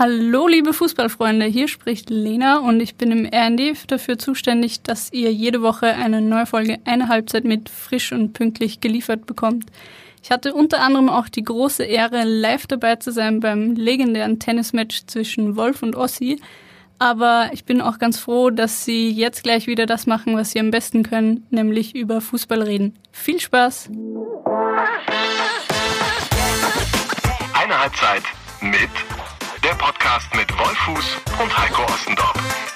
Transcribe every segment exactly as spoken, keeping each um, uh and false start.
Hallo liebe Fußballfreunde, hier spricht Lena und ich bin im R and D dafür zuständig, dass ihr jede Woche eine neue Folge Eine Halbzeit mit frisch und pünktlich geliefert bekommt. Ich hatte unter anderem auch die große Ehre, live dabei zu sein beim legendären Tennismatch zwischen Wolf und Ossi. Aber ich bin auch ganz froh, dass sie jetzt gleich wieder das machen, was sie am besten können, nämlich über Fußball reden. Viel Spaß! Eine Halbzeit mit der Podcast mit Wolfuß und Heiko Ostendorf.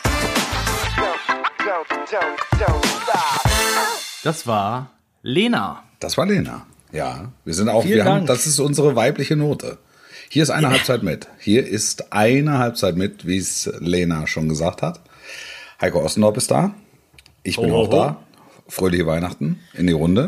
Das war Lena. Das war Lena. Ja, wir sind auch, Vielen wir Dank. haben, das ist unsere weibliche Note. Hier ist eine Ja. Halbzeit mit. Hier ist eine Halbzeit mit, wie es Lena schon gesagt hat. Heiko Ostendorf ist da. Ich bin Ho, ho, auch ho. da. Fröhliche Weihnachten in die Runde.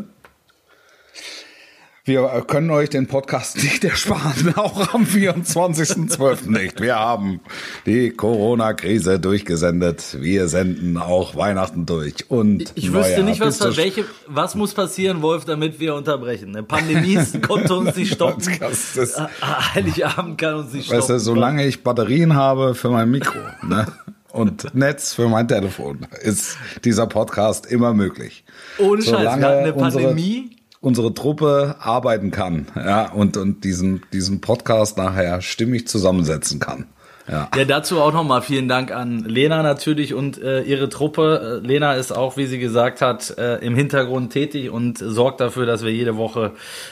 Wir können euch den Podcast nicht ersparen, auch am vierundzwanzigsten zwölften nicht. Wir haben die Corona-Krise durchgesendet. Wir senden auch Weihnachten durch. Und Ich wüsste nicht, was, Neujahr. welche, was muss passieren, Wolf, damit wir unterbrechen. Eine Pandemie konnte uns nicht stoppen. Das ist- Heiligabend kann uns nicht stoppen. Weißt du, solange ich Batterien habe für mein Mikro, ne, und Netz für mein Telefon, ist dieser Podcast immer möglich. Ohne Scheiß, wir Solange hatten eine unsere, Pandemie. unsere Truppe arbeiten kann, ja, und, und diesen, diesen Podcast nachher stimmig zusammensetzen kann. Ja. Ja, dazu auch nochmal vielen Dank an Lena natürlich und äh, ihre Truppe. Äh, Lena ist auch, wie sie gesagt hat, äh, im Hintergrund tätig und sorgt dafür, dass wir jede Woche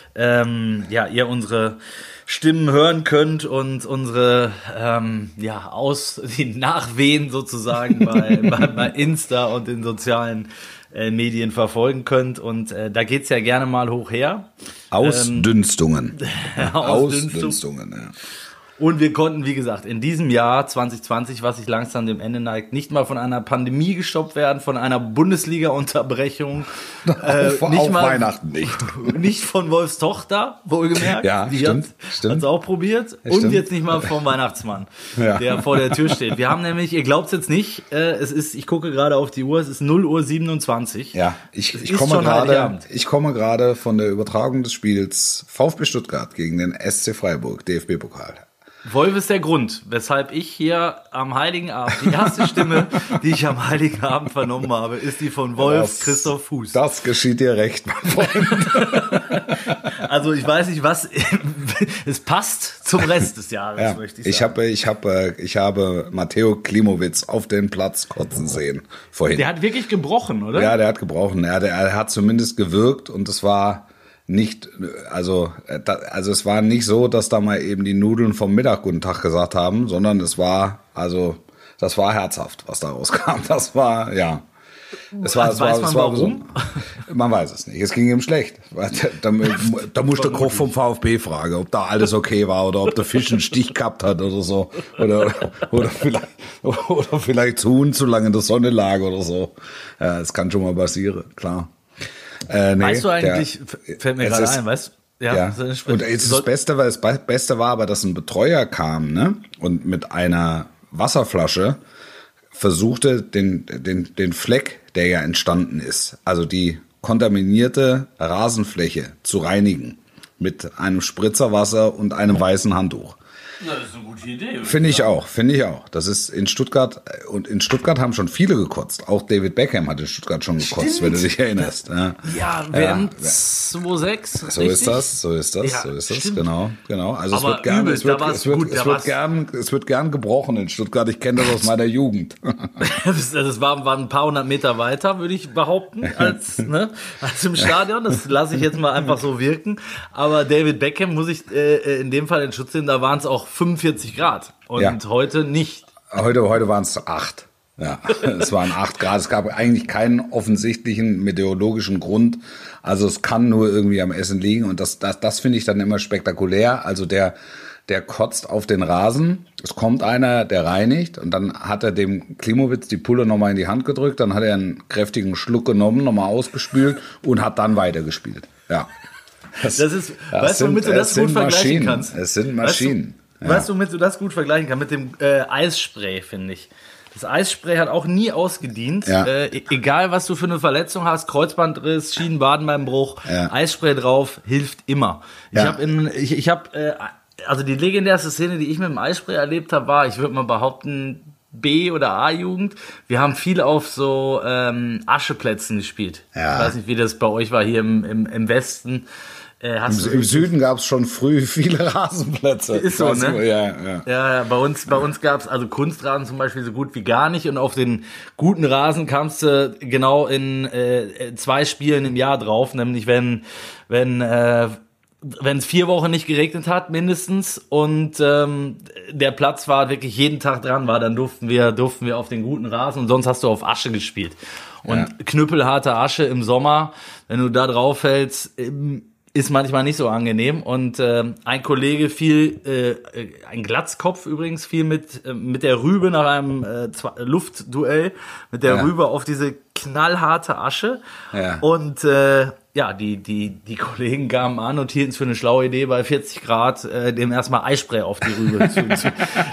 ähm, ja, ihr unsere Stimmen hören könnt und unsere ähm, ja aus die Nachwehen sozusagen bei, bei, bei Insta und den sozialen äh, Medien verfolgen könnt. Und äh, da geht's ja gerne mal hoch her. Ausdünstungen. Ausdünstung. Ausdünstungen, ja. Und wir konnten, wie gesagt, in diesem Jahr zwanzig zwanzig, was sich langsam dem Ende neigt, nicht mal von einer Pandemie gestoppt werden, von einer Bundesliga-Unterbrechung. äh, Auch nicht mal, Weihnachten nicht. Nicht von Wolfs Tochter, wohlgemerkt. Ja, Die stimmt, hat stimmt. es auch probiert. Ja, Und stimmt. jetzt nicht mal vom Weihnachtsmann, Ja. der vor der Tür steht. Wir haben nämlich, ihr glaubt es jetzt nicht, äh, es ist, ich gucke gerade auf die Uhr, es ist null Uhr siebenundzwanzig. Ja, ich, Es ich ist komme schon gerade, Heiligabend. ich komme gerade von der Übertragung des Spiels VfB Stuttgart gegen den S C Freiburg, D F B-Pokal. Wolf ist der Grund, weshalb ich hier am Heiligen Abend, die erste Stimme, die ich am Heiligen Abend vernommen habe, ist die von Wolf Das- Christoph Fuß. Das geschieht dir recht, mein Freund. Also ich weiß nicht, was, es passt zum Rest des Jahres, Ja, möchte ich ich sagen. habe, ich habe, ich habe Matteo Klimowitz auf den Platz kotzen sehen vorhin. Der hat wirklich gebrochen, oder? Ja, der hat gebrochen. Er, der, er hat zumindest gewirkt und es war nicht, also, äh, da, also es war nicht so, dass da mal eben die Nudeln vom Mittag guten Tag gesagt haben, sondern es war, also, das war herzhaft, was da rauskam. Das war, ja. Es war, Also es war, weiß man es war warum? So, man weiß es nicht. Es ging ihm schlecht. Da, da, da muss der Koch vom VfB fragen, ob da alles okay war oder ob der Fisch einen Stich gehabt hat oder so. Oder, oder vielleicht, oder vielleicht das Huhn zu lange in der Sonne lag oder so. Ja, das kann schon mal passieren, klar. Äh, nee, Weißt du eigentlich, der- fällt mir es gerade ist- ein, weißt du? Ja, und jetzt das Beste war, das Be- Beste war aber, dass ein Betreuer kam, ne, und mit einer Wasserflasche versuchte, den, den, den Fleck, der ja entstanden ist, also die kontaminierte Rasenfläche zu reinigen mit einem Spritzerwasser und einem weißen Handtuch. Das ist eine gute Idee. Finde ich auch, finde ich auch. Das ist in Stuttgart, und in Stuttgart haben schon viele gekotzt. Auch David Beckham hat in Stuttgart schon gekotzt, Stimmt. wenn du dich erinnerst. Ja, Ja, W M Ja. zwei sechs. So ist das, so ist das, Ja, so ist das, stimmt. genau, genau. Also es Aber wird gern, übel, es wird, da war's es wird, gut, da es wird war's- gern, es wird gern gebrochen in Stuttgart. Ich kenne das aus meiner Jugend. Das, das war, war ein paar hundert Meter weiter, würde ich behaupten, als, ne, als im Stadion. Das lasse ich jetzt mal einfach so wirken. Aber David Beckham muss ich äh, in dem Fall in Schutz nehmen, da waren es auch fünfundvierzig Grad. Und Ja. heute nicht. Heute, heute waren es acht. Ja, es waren acht Grad. Es gab eigentlich keinen offensichtlichen meteorologischen Grund. Also es kann nur irgendwie am Essen liegen. Und das, das, das finde ich dann immer spektakulär. Also der, der kotzt auf den Rasen. Es kommt einer, der reinigt. Und dann hat er dem Klimowitz die Pulle nochmal in die Hand gedrückt. Dann hat er einen kräftigen Schluck genommen, nochmal ausgespült und hat dann weitergespielt. Ja. Das ist, das weißt du, womit sind- du das es gut sind vergleichen Maschinen. kannst? Es sind Weißt du- Maschinen. Ja. Weißt du, womit du das gut vergleichen kannst? Mit dem äh, Eisspray, finde ich. Das Eisspray hat auch nie ausgedient. Ja. Äh, e- egal, was du für eine Verletzung hast, Kreuzbandriss, Schienenwadenbeinbruch, Ja. Eisspray drauf, hilft immer. Ich Ja. habe in, ich, ich habe äh, also die legendärste Szene, die ich mit dem Eisspray erlebt habe, war, ich würde mal behaupten, B- oder A-Jugend. Wir haben viel auf so ähm, Ascheplätzen gespielt. Ja. Ich weiß nicht, wie das bei euch war hier im, im, im Westen. Äh, hast Im, du Im Süden gab es schon früh viele Rasenplätze. Ist so, ne? Ja, ja. Ja, ja, bei uns, bei uns gab es also Kunstrasen zum Beispiel so gut wie gar nicht. Und auf den guten Rasen kamst du genau in äh, zwei Spielen im Jahr drauf. Nämlich wenn, wenn, äh, wenn es vier Wochen nicht geregnet hat, mindestens, und ähm, der Platz war wirklich jeden Tag dran war, dann durften wir, durften wir auf den guten Rasen und sonst hast du auf Asche gespielt. Und ja. knüppelharte Asche im Sommer, wenn du da drauf fällst, ist manchmal nicht so angenehm. Und äh, ein Kollege fiel, äh, ein Glatzkopf übrigens, fiel mit, äh, mit der Rübe nach einem äh, Luftduell, mit der ja. Rübe auf diese knallharte Asche. Ja. Und äh, ja, die, die, die Kollegen kamen an und hielten es für eine schlaue Idee, bei vierzig Grad äh, dem erstmal Eisspray auf die Rübe zu. zu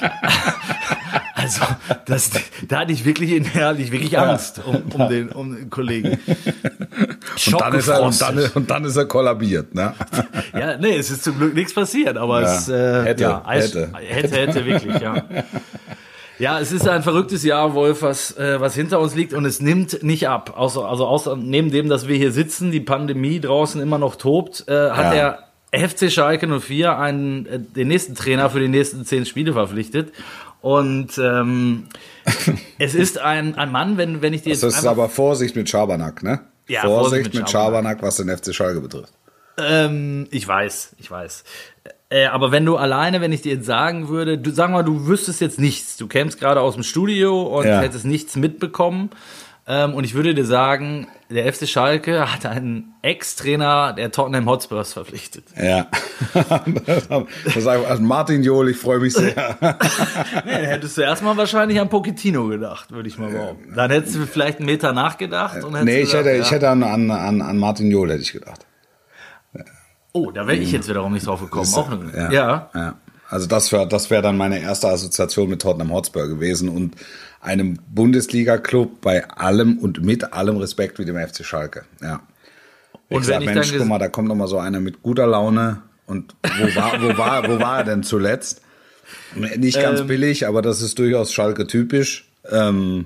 also, das, da hatte ich wirklich, in, da hatte ich wirklich Angst um, um, den, um den Kollegen. Und dann, ist er, und, dann, und dann ist er kollabiert, ne? Ja, nee, es ist zum Glück nichts passiert, aber ja. es äh, hätte, ja, Eis, hätte. hätte, hätte, wirklich, ja. Ja, es ist ein verrücktes Jahr, Wolf, was, äh, was hinter uns liegt, und es nimmt nicht ab. Außer, also außer neben dem, dass wir hier sitzen, die Pandemie draußen immer noch tobt, äh, hat ja. der F C Schalke null vier einen, äh, den nächsten Trainer für die nächsten zehn Spiele verpflichtet. Und ähm, es ist ein, ein Mann, wenn, wenn ich dir jetzt das ist aber Vorsicht mit Schabernack, ne? Ja, Vorsicht, Vorsicht mit Schabernack, was den F C Schalke betrifft. Ähm, ich weiß, ich weiß. Äh, aber wenn du alleine, wenn ich dir jetzt sagen würde, du sag mal, du wüsstest jetzt nichts, du kämst gerade aus dem Studio und ja. hättest nichts mitbekommen, ähm, und ich würde dir sagen, der F C Schalke hat einen Ex-Trainer der Tottenham Hotspurs verpflichtet. Ja. Das sagt Martin Jol, ich freue mich sehr. Nee, dann hättest du erstmal wahrscheinlich an Pochettino gedacht, würde ich mal behaupten. Dann hättest du vielleicht einen Meter nachgedacht. Und nee, ich gesagt, hätte, ja. ich hätte an, an, an Martin Jol hätte ich gedacht. Oh, da wäre ich jetzt wiederum nicht drauf gekommen. Ist, Auch eine, ja, ja. ja. Also das wäre das wär dann meine erste Assoziation mit Tottenham Hotspur gewesen und einem Bundesliga-Club bei allem und mit allem Respekt wie dem F C Schalke. Ja. Ich und sag, Mensch, guck mal, da kommt noch mal so einer mit guter Laune. Und wo war, wo war, wo war er denn zuletzt? Nicht ganz ähm, billig, aber das ist durchaus Schalke typisch. Ähm,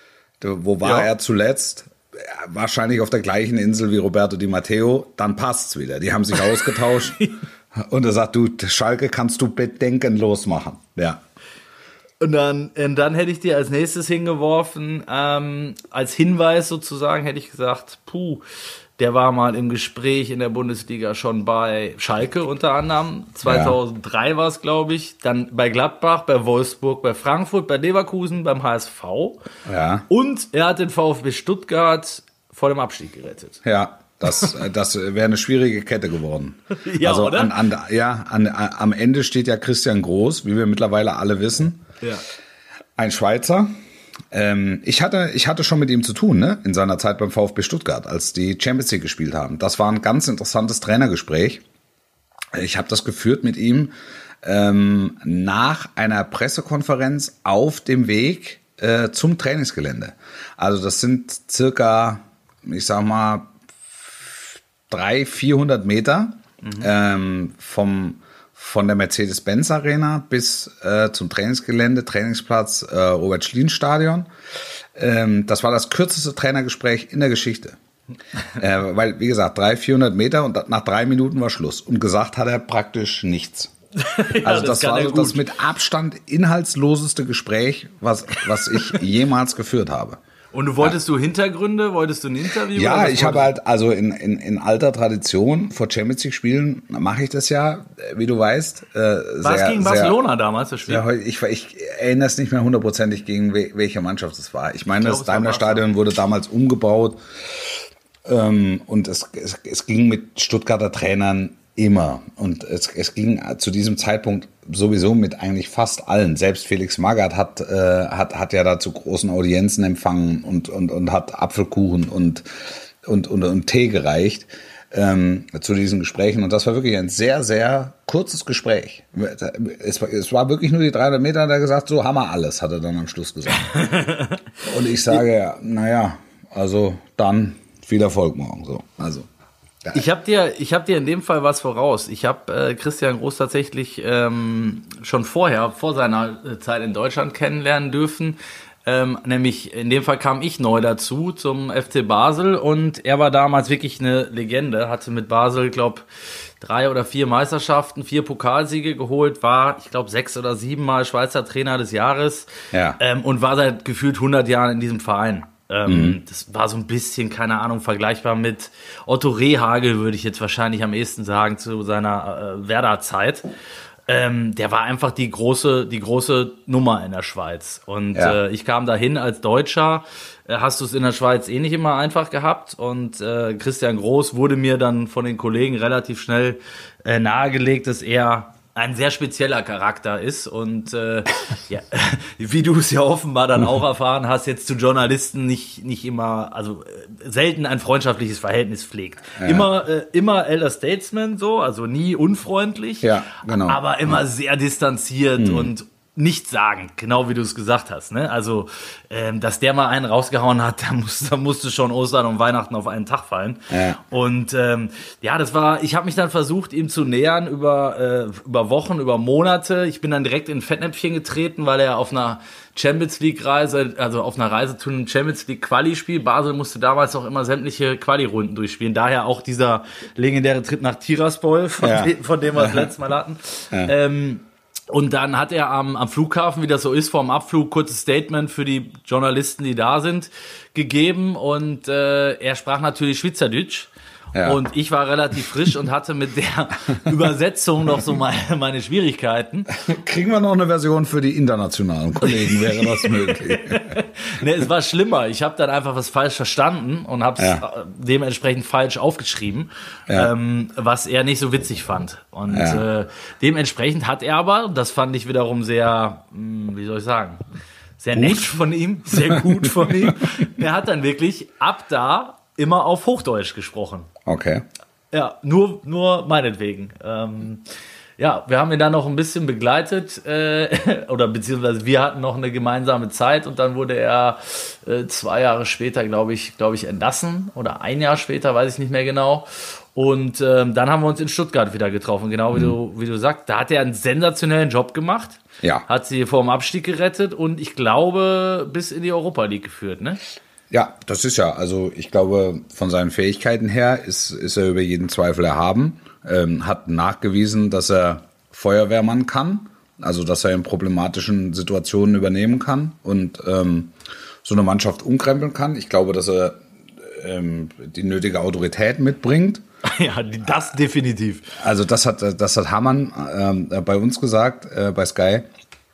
wo war ja. er zuletzt? Wahrscheinlich auf der gleichen Insel wie Roberto Di Matteo. Dann passt's wieder. Die haben sich ausgetauscht. Und er sagt, du, Schalke kannst du bedenkenlos machen. Ja. Und dann, und dann hätte ich dir als nächstes hingeworfen, ähm, als Hinweis sozusagen, hätte ich gesagt, puh, der war mal im Gespräch in der Bundesliga schon bei Schalke unter anderem. zweitausenddrei ja. war es, glaube ich. Dann bei Gladbach, bei Wolfsburg, bei Frankfurt, bei Leverkusen, beim H S V. Ja. Und er hat den VfB Stuttgart vor dem Abstieg gerettet. Ja. Das, das wäre eine schwierige Kette geworden. Ja, also oder? An, an, ja, an, am Ende steht ja Christian Groß, wie wir mittlerweile alle wissen. Ja. Ein Schweizer. Ähm, ich hatte, ich hatte schon mit ihm zu tun, ne? In seiner Zeit beim VfB Stuttgart, als die Champions League gespielt haben. Das war ein ganz interessantes Trainergespräch. Ich habe das geführt mit ihm ähm, nach einer Pressekonferenz auf dem Weg äh, zum Trainingsgelände. Also das sind circa, ich sag mal, dreihundert, vierhundert Meter mhm. ähm, vom, von der Mercedes-Benz Arena bis äh, zum Trainingsgelände, Trainingsplatz äh, Robert-Schlien-Stadion. Ähm, das war das kürzeste Trainergespräch in der Geschichte. äh, weil, wie gesagt, dreihundert, vierhundert Meter und nach drei Minuten war Schluss. Und gesagt hat er praktisch nichts. Ja, also das, das war so das mit Abstand inhaltsloseste Gespräch, was, was ich jemals geführt habe. Und du wolltest ja. du Hintergründe? Wolltest du ein Interview? Ja, ich habe halt, also in, in, in alter Tradition vor Champions League Spielen mache ich das ja, wie du weißt. Äh, War es gegen Barcelona sehr, damals, das Spiel? Ja, ich, ich erinnere es nicht mehr hundertprozentig, gegen we, welche Mannschaft es war. Ich meine, ich glaub, das Daimler-Stadion wurde damals umgebaut ähm, und es, es, es ging mit Stuttgarter Trainern immer. Und es, es ging zu diesem Zeitpunkt sowieso mit eigentlich fast allen. Selbst Felix Magath hat, äh, hat, hat ja da zu großen Audienzen empfangen und, und, und hat Apfelkuchen und, und, und, und Tee gereicht ähm, zu diesen Gesprächen. Und das war wirklich ein sehr, sehr kurzes Gespräch. Es, es war wirklich nur die dreihundert Meter, der gesagt, so haben wir alles, hat er dann am Schluss gesagt. Und ich sage, naja, also dann viel Erfolg morgen. So, also. Ich habe dir, ich habe dir in dem Fall was voraus. Ich habe äh, Christian Groß tatsächlich ähm, schon vorher, vor seiner Zeit in Deutschland kennenlernen dürfen. Ähm, nämlich in dem Fall kam ich neu dazu zum F C Basel und er war damals wirklich eine Legende. Hatte mit Basel, glaube drei oder vier Meisterschaften, vier Pokalsiege geholt, war, ich glaube, sechs oder sieben Mal Schweizer Trainer des Jahres ja. ähm, und war seit gefühlt hundert Jahren in diesem Verein. Ähm, mhm. Das war so ein bisschen, keine Ahnung, vergleichbar mit Otto Rehhagel, würde ich jetzt wahrscheinlich am ehesten sagen, zu seiner äh, Werder-Zeit. Ähm, der war einfach die große, die große Nummer in der Schweiz. Und ja. äh, ich kam dahin als Deutscher. Äh, hast du es in der Schweiz eh nicht immer einfach gehabt. Und äh, Christian Groß wurde mir dann von den Kollegen relativ schnell äh, nahegelegt, dass er ein sehr spezieller Charakter ist und äh, ja, wie du es ja offenbar dann auch erfahren hast, jetzt zu Journalisten nicht nicht immer, also äh, selten ein freundschaftliches Verhältnis pflegt. Ja. Immer äh, immer Elder Statesman so, also nie unfreundlich, ja, genau. aber immer ja. sehr distanziert mhm. und nichts sagen, genau wie du es gesagt hast, ne? Also, ähm, dass der mal einen rausgehauen hat, da, muss, da musste schon Ostern und Weihnachten auf einen Tag fallen. Ja. Und ähm, ja, das war, ich habe mich dann versucht, ihm zu nähern über äh, über Wochen, über Monate. Ich bin dann direkt in Fettnäpfchen getreten, weil er auf einer Champions League Reise, also auf einer Reise zu einem Champions League Quali-Spiel. Basel musste damals auch immer sämtliche Quali-Runden durchspielen. Daher auch dieser legendäre Trip nach Tiraspol, von, ja. dem, von dem wir das letzte Mal hatten. Ja. Ähm, Und dann hat er am, am Flughafen, wie das so ist, vor dem Abflug, kurzes Statement für die Journalisten, die da sind, gegeben. Und äh, er sprach natürlich Schweizerdeutsch. Ja. Und ich war relativ frisch und hatte mit der Übersetzung noch so meine, meine Schwierigkeiten. Kriegen wir noch eine Version für die internationalen Kollegen, wäre das möglich? Ne, es war schlimmer. Ich habe dann einfach was falsch verstanden und habe es ja. dementsprechend falsch aufgeschrieben, ja. ähm, was er nicht so witzig fand. Und ja. äh, dementsprechend hat er aber, das fand ich wiederum sehr, mh, wie soll ich sagen, sehr gut. nett von ihm, sehr gut von ihm. Er hat dann wirklich ab da immer auf Hochdeutsch gesprochen. Okay. Ja, nur, nur meinetwegen. Ähm, ja, wir haben ihn dann noch ein bisschen begleitet, äh, oder beziehungsweise wir hatten noch eine gemeinsame Zeit und dann wurde er äh, zwei Jahre später, glaube ich, glaube ich, entlassen oder ein Jahr später, weiß ich nicht mehr genau. Und ähm, dann haben wir uns in Stuttgart wieder getroffen, genau wie mhm. du, wie du sagst. Da hat er einen sensationellen Job gemacht. Ja. Hat sie vor dem Abstieg gerettet und ich glaube bis in die Europa League geführt, ne? Ja, das ist ja, also ich glaube, von seinen Fähigkeiten her ist, ist er über jeden Zweifel erhaben, ähm, hat nachgewiesen, dass er Feuerwehrmann kann, also dass er in problematischen Situationen übernehmen kann und ähm, so eine Mannschaft umkrempeln kann. Ich glaube, dass er ähm, die nötige Autorität mitbringt. Ja, das definitiv. Also das hat, das hat Hamann ähm, bei uns gesagt, äh, bei Sky,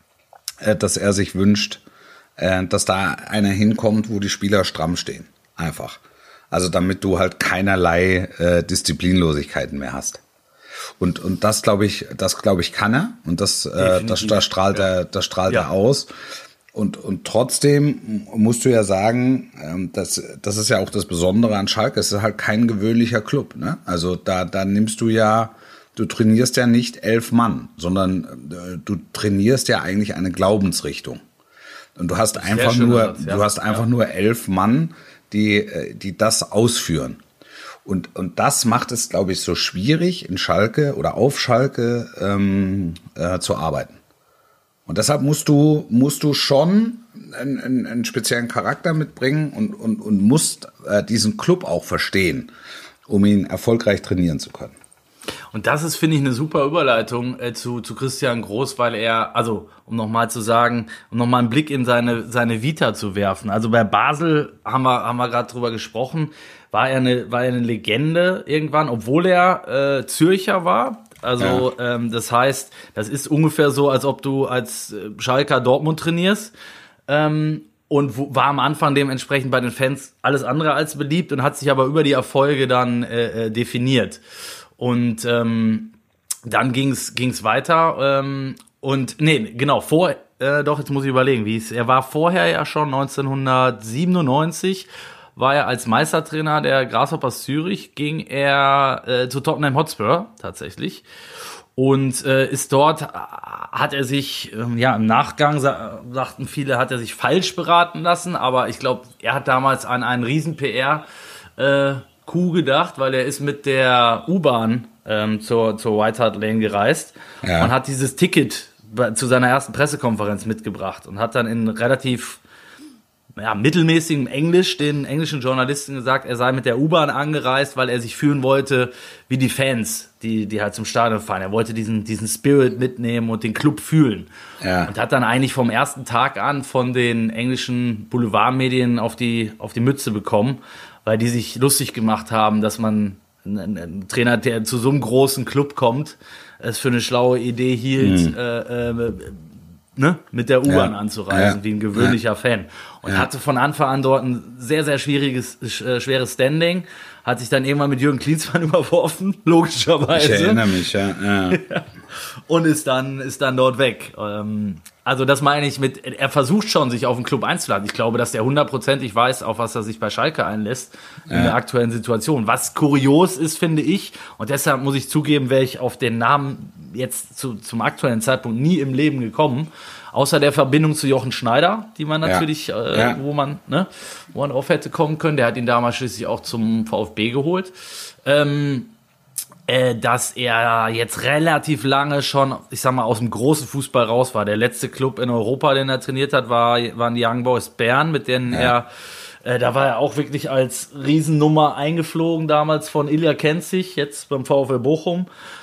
äh, dass er sich wünscht, dass da einer hinkommt, wo die Spieler stramm stehen. Einfach. Also damit du halt keinerlei äh, Disziplinlosigkeiten mehr hast. Und und das glaube ich, das glaube ich kann er und das äh, das, das strahlt ja. er, das strahlt ja. er aus. Und und trotzdem musst du ja sagen, ähm, das das ist ja auch das Besondere an Schalke. Es ist halt kein gewöhnlicher Club, ne? Also da da nimmst du ja, du trainierst ja nicht elf Mann, sondern äh, du trainierst ja eigentlich eine Glaubensrichtung. Und du hast einfach nur, Satz, ja. du hast einfach ja. nur elf Mann, die, die das ausführen. Und, und das macht es, glaube ich, so schwierig in Schalke oder auf Schalke ähm, äh, zu arbeiten. Und deshalb musst du, musst du schon einen, einen, einen speziellen Charakter mitbringen und, und, und musst äh, diesen Club auch verstehen, um ihn erfolgreich trainieren zu können. Und das ist, finde ich, eine super Überleitung äh, zu, zu Christian Groß, weil er, also um nochmal zu sagen, um nochmal einen Blick in seine, seine Vita zu werfen. Also bei Basel haben wir, haben wir gerade drüber gesprochen, war er eine, war er eine Legende irgendwann, obwohl er äh, Zürcher war. Also ja. ähm, das heißt, das ist ungefähr so, als ob du als Schalker Dortmund trainierst. Ähm, und war am Anfang dementsprechend bei den Fans alles andere als beliebt und hat sich aber über die Erfolge dann äh, definiert. Und ähm, dann ging's ging's weiter ähm, und nee, genau, vor äh, doch, jetzt muss ich überlegen, wie es er war vorher ja schon neunzehnhundertsiebenundneunzig war er als Meistertrainer der Grasshoppers Zürich, ging er äh, zu Tottenham Hotspur tatsächlich und äh, ist dort, hat er sich, äh, ja im Nachgang, sa- sagten viele, hat er sich falsch beraten lassen, aber ich glaube, er hat damals an einen riesen P R äh, Coup gedacht, weil er ist mit der U-Bahn ähm, zur, zur White Hart Lane gereist ja. und hat dieses Ticket bei, zu seiner ersten Pressekonferenz mitgebracht und hat dann in relativ ja, mittelmäßigem Englisch den englischen Journalisten gesagt, er sei mit der U-Bahn angereist, weil er sich fühlen wollte wie die Fans, die, die halt zum Stadion fahren. Er wollte diesen, diesen Spirit mitnehmen und den Club fühlen. Ja. Und hat dann eigentlich vom ersten Tag an von den englischen Boulevardmedien auf die, auf die Mütze bekommen, weil die sich lustig gemacht haben, dass man einen, einen Trainer, der zu so einem großen Club kommt, es für eine schlaue Idee hielt, mhm. äh, äh, Ne, mit der U-Bahn ja. anzureisen, ja. wie ein gewöhnlicher ja. Fan. Und ja. hatte von Anfang an dort ein sehr, sehr schwieriges, äh, schweres Standing. Hat sich dann irgendwann mit Jürgen Klinsmann überworfen, logischerweise. Ich erinnere mich, ja. ja. ja. Und ist dann, ist dann dort weg. Ähm, also das meine ich mit, er versucht schon, sich auf den Club einzuladen. Ich glaube, dass der hundertprozentig weiß, auf was er sich bei Schalke einlässt in ja. der aktuellen Situation. Was kurios ist, finde ich, und deshalb muss ich zugeben, wäre ich auf den Namen jetzt zu, zum aktuellen Zeitpunkt nie im Leben gekommen, außer der Verbindung zu Jochen Schneider, die man natürlich, ja. Äh, ja. wo man, ne, wo man drauf hätte kommen können. Der hat ihn damals schließlich auch zum VfB geholt. Ähm, äh, dass er jetzt relativ lange schon, ich sag mal, aus dem großen Fußball raus war. Der letzte Club in Europa, den er trainiert hat, war, waren die Young Boys Bern, mit denen ja. er, äh, da war er auch wirklich als Riesennummer eingeflogen, damals von Ilja Kenzig, jetzt beim VfL Bochum.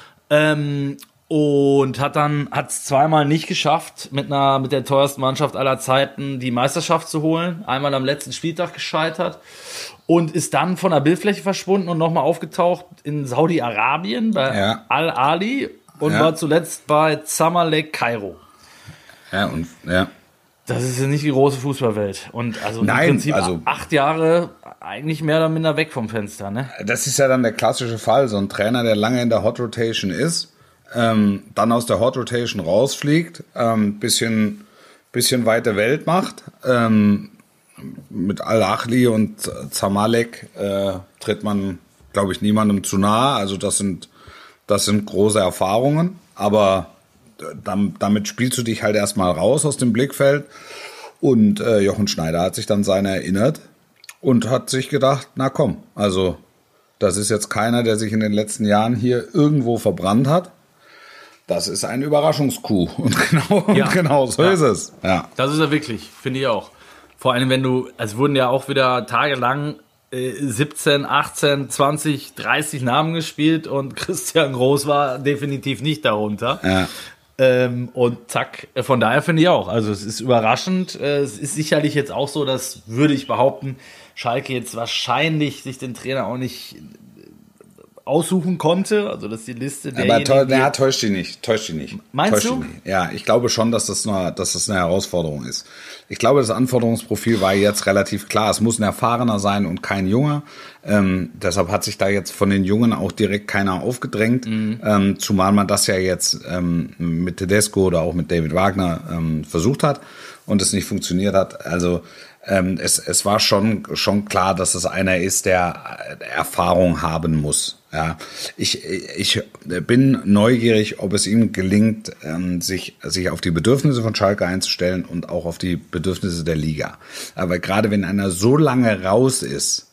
Ähm, und hat dann hat es zweimal nicht geschafft, mit einer mit der teuersten Mannschaft aller Zeiten die Meisterschaft zu holen. Einmal am letzten Spieltag gescheitert und ist dann von der Bildfläche verschwunden und nochmal aufgetaucht in Saudi-Arabien bei ja. Al-Ali und ja. war zuletzt bei Zamalek Kairo. Ja, und ja. Das ist ja nicht die große Fußballwelt. Und also Nein, im Prinzip also, acht Jahre eigentlich mehr oder minder weg vom Fenster, ne? Das ist ja dann der klassische Fall. So ein Trainer, der lange in der Hot Rotation ist, ähm, dann aus der Hot Rotation rausfliegt, ähm, bisschen, bisschen weite Welt macht. Ähm, mit Al-Ahly und Zamalek äh, tritt man, glaube ich, niemandem zu nahe. Also das sind, das sind große Erfahrungen. Aber damit spielst du dich halt erstmal raus aus dem Blickfeld. Und äh, Jochen Schneider hat sich dann seine erinnert und hat sich gedacht, na komm, also das ist jetzt keiner, der sich in den letzten Jahren hier irgendwo verbrannt hat. Das ist ein Überraschungskuh. Und genau, ja. genau so ja. ist es. Ja. Das ist er wirklich, finde ich auch. Vor allem, wenn du, es wurden ja auch wieder tagelang äh, siebzehn, achtzehn, zwanzig, dreißig Namen gespielt und Christian Groß war definitiv nicht darunter. Ja. Ähm, und zack, von daher finde ich auch, also es ist überraschend, es ist sicherlich jetzt auch so, dass, würde ich behaupten, Schalke jetzt wahrscheinlich sich den Trainer auch nicht aussuchen konnte, also dass die Liste aber täu- na, täuscht die nicht, täuscht die nicht. Meinst täuscht du? Nicht. Ja, ich glaube schon, dass das, eine, dass das eine Herausforderung ist. Ich glaube, das Anforderungsprofil war jetzt relativ klar. Es muss ein Erfahrener sein und kein Junger. Ähm, deshalb hat sich da jetzt von den Jungen auch direkt keiner aufgedrängt. Mhm. Ähm, zumal man das ja jetzt ähm, mit Tedesco oder auch mit David Wagner ähm, versucht hat und es nicht funktioniert hat. Also ähm, es, es war schon, schon klar, dass es einer ist, der Erfahrung haben muss. Ja, ich, ich bin neugierig, ob es ihm gelingt, sich, sich auf die Bedürfnisse von Schalke einzustellen und auch auf die Bedürfnisse der Liga. Aber gerade wenn einer so lange raus ist,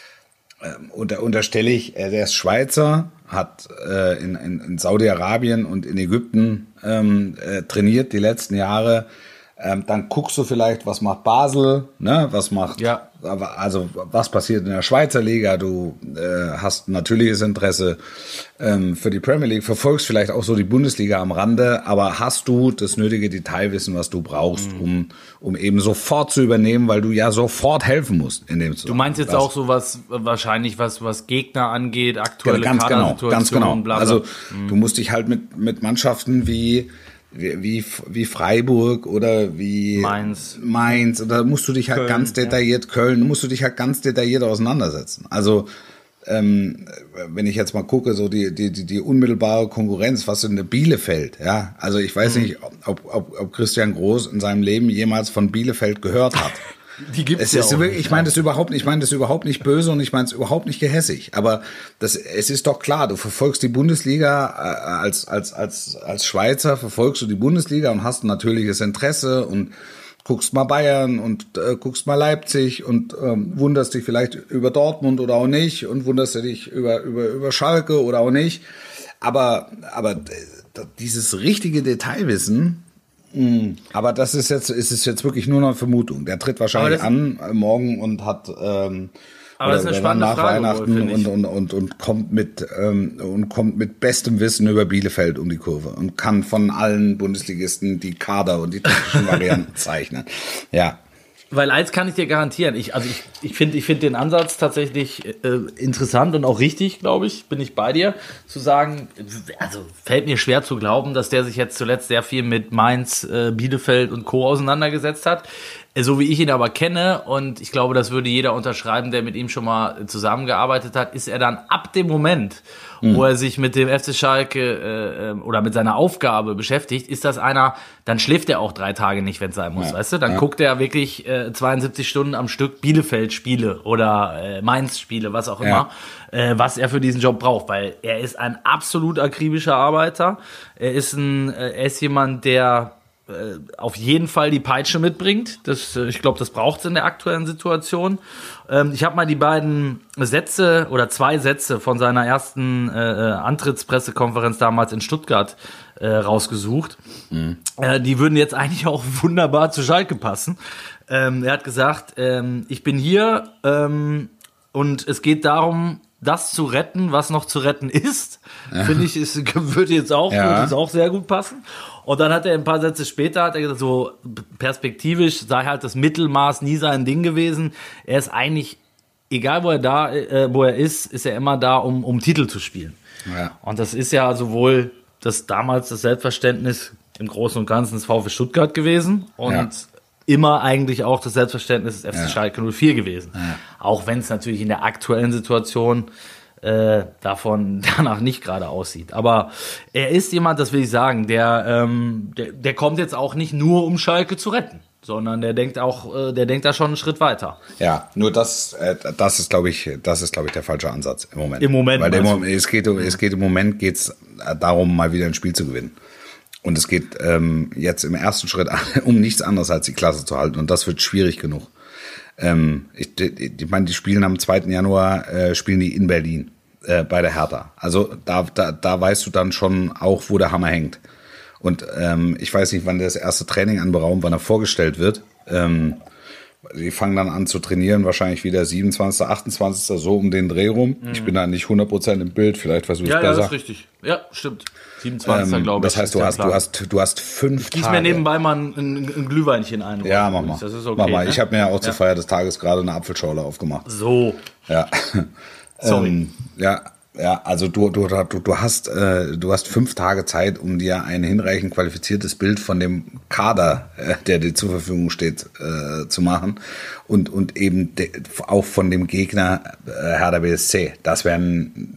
unter, unterstelle ich, er ist Schweizer, hat in, in, in Saudi-Arabien und in Ägypten ähm, trainiert die letzten Jahre. Ähm, dann guckst du vielleicht, was macht Basel, ne? Was macht, ja. also was passiert in der Schweizer Liga? Du äh, hast natürliches Interesse ähm, für die Premier League, verfolgst vielleicht auch so die Bundesliga am Rande, aber hast du das nötige Detailwissen, was du brauchst, mhm. um um eben sofort zu übernehmen, weil du ja sofort helfen musst in dem Du meinst jetzt was, auch so was wahrscheinlich was was Gegner angeht, aktuelle ja, ganz genau, ganz genau. Bla bla. Also mhm. du musst dich halt mit mit Mannschaften wie Wie, wie Freiburg oder wie Mainz. Mainz. Und da musst du dich halt Köln, ganz detailliert, ja. Köln, musst du dich halt ganz detailliert auseinandersetzen. Also, ähm, wenn ich jetzt mal gucke, so die, die, die, die unmittelbare Konkurrenz, was in der Bielefeld, ja. Also ich weiß mhm. nicht, ob, ob, ob Christian Groß in seinem Leben jemals von Bielefeld gehört hat. Die gibt's es ja ist auch wirklich, nicht, ich meine das überhaupt nicht, ich meine das überhaupt nicht böse und ich meine es überhaupt nicht gehässig, aber das, es ist doch klar, du verfolgst die Bundesliga als, als, als, als Schweizer verfolgst du die Bundesliga und hast ein natürliches Interesse und guckst mal Bayern und äh, guckst mal Leipzig und ähm, wunderst dich vielleicht über Dortmund oder auch nicht und wunderst du dich über, über, über Schalke oder auch nicht. Aber, aber dieses richtige Detailwissen, mh, aber das ist jetzt, ist es jetzt wirklich nur noch eine Vermutung. Der tritt wahrscheinlich an äh, morgen und hat, ähm, aber das ist eine spannende nach Frage, Weihnachten wohl, und, und, und, und kommt mit, ähm, und kommt mit bestem Wissen über Bielefeld um die Kurve und kann von allen Bundesligisten die Kader und die taktischen Varianten zeichnen. Ja. Weil eins kann ich dir garantieren, ich, also ich, ich finde ich finde den Ansatz tatsächlich äh, interessant und auch richtig, glaube ich, bin ich bei dir, zu sagen, also fällt mir schwer zu glauben, dass der sich jetzt zuletzt sehr viel mit Mainz, äh, Bielefeld und Co. auseinandergesetzt hat. So wie ich ihn aber kenne, und ich glaube, das würde jeder unterschreiben, der mit ihm schon mal zusammengearbeitet hat, ist er dann ab dem Moment, mhm. wo er sich mit dem F C Schalke äh, oder mit seiner Aufgabe beschäftigt, ist das einer, dann schläft er auch drei Tage nicht, wenn es sein muss, ja. weißt du? Dann ja. guckt er wirklich äh, zweiundsiebzig Stunden am Stück Bielefeld-Spiele oder äh, Mainz-Spiele, was auch immer, ja. äh, was er für diesen Job braucht, weil er ist ein absolut akribischer Arbeiter. Er ist ein, äh, er ist jemand, der auf jeden Fall die Peitsche mitbringt. Das, ich glaube, das braucht es in der aktuellen Situation. Ähm, ich habe mal die beiden Sätze oder zwei Sätze von seiner ersten äh, Antrittspressekonferenz damals in Stuttgart äh, rausgesucht. Mhm. Äh, die würden jetzt eigentlich auch wunderbar zu Schalke passen. Ähm, er hat gesagt, ähm, ich bin hier ähm, und es geht darum, das zu retten, was noch zu retten ist. Ja. Finde ich, ist, würde jetzt auch, ja. würde jetzt auch sehr gut passen. Und dann hat er ein paar Sätze später, hat er gesagt, so perspektivisch sei halt das Mittelmaß nie sein Ding gewesen. Er ist eigentlich, egal wo er da, äh, wo er ist, ist er immer da, um, um Titel zu spielen. Ja. Und das ist ja sowohl das damals das Selbstverständnis im Großen und Ganzen des VfB Stuttgart gewesen und ja. immer eigentlich auch das Selbstverständnis des F C ja. Schalke null vier gewesen. Ja. Auch wenn es natürlich in der aktuellen Situation äh, davon danach nicht gerade aussieht. Aber er ist jemand, das will ich sagen, der, ähm, der, der kommt jetzt auch nicht nur, um Schalke zu retten, sondern der denkt auch, äh, der denkt da schon einen Schritt weiter. Ja, nur das, äh, das ist, glaube ich, das ist, glaube ich, der falsche Ansatz im Moment. Im Moment. Weil der, es geht, es geht im Moment geht's darum, mal wieder ein Spiel zu gewinnen. Und es geht ähm, jetzt im ersten Schritt um nichts anderes als die Klasse zu halten. Und das wird schwierig genug. Ähm, ich, ich meine, die spielen am zweiten Januar, äh, spielen die in Berlin äh, bei der Hertha. Also da, da, da weißt du dann schon auch, wo der Hammer hängt. Und ähm, ich weiß nicht, wann das erste Training anberaumt, wann er vorgestellt wird. Ähm, die fangen dann an zu trainieren, wahrscheinlich wieder siebenundzwanzigsten, achtundzwanzigsten so um den Dreh rum. Mhm. Ich bin da nicht hundert Prozent im Bild, vielleicht weißt du es ja, besser. Ja, das ist richtig. Ja, stimmt. siebenundzwanzigsten Ähm, glaube ich. Das heißt, du hast, du hast, du hast fünf Tage. Gieß mir nebenbei mal ein, ein, ein Glühweinchen ein. Ja, mach mal. Das ist okay. Mach mal. Ne? Ich habe mir ja auch ja. zur Feier des Tages gerade eine Apfelschorle aufgemacht. So. Ja. Sorry. ähm, ja. Ja, also du, du, du, du hast, äh, du hast fünf Tage Zeit, um dir ein hinreichend qualifiziertes Bild von dem Kader, äh, der dir zur Verfügung steht, äh, zu machen und und eben de, auch von dem Gegner äh, Hertha B S C. Das wären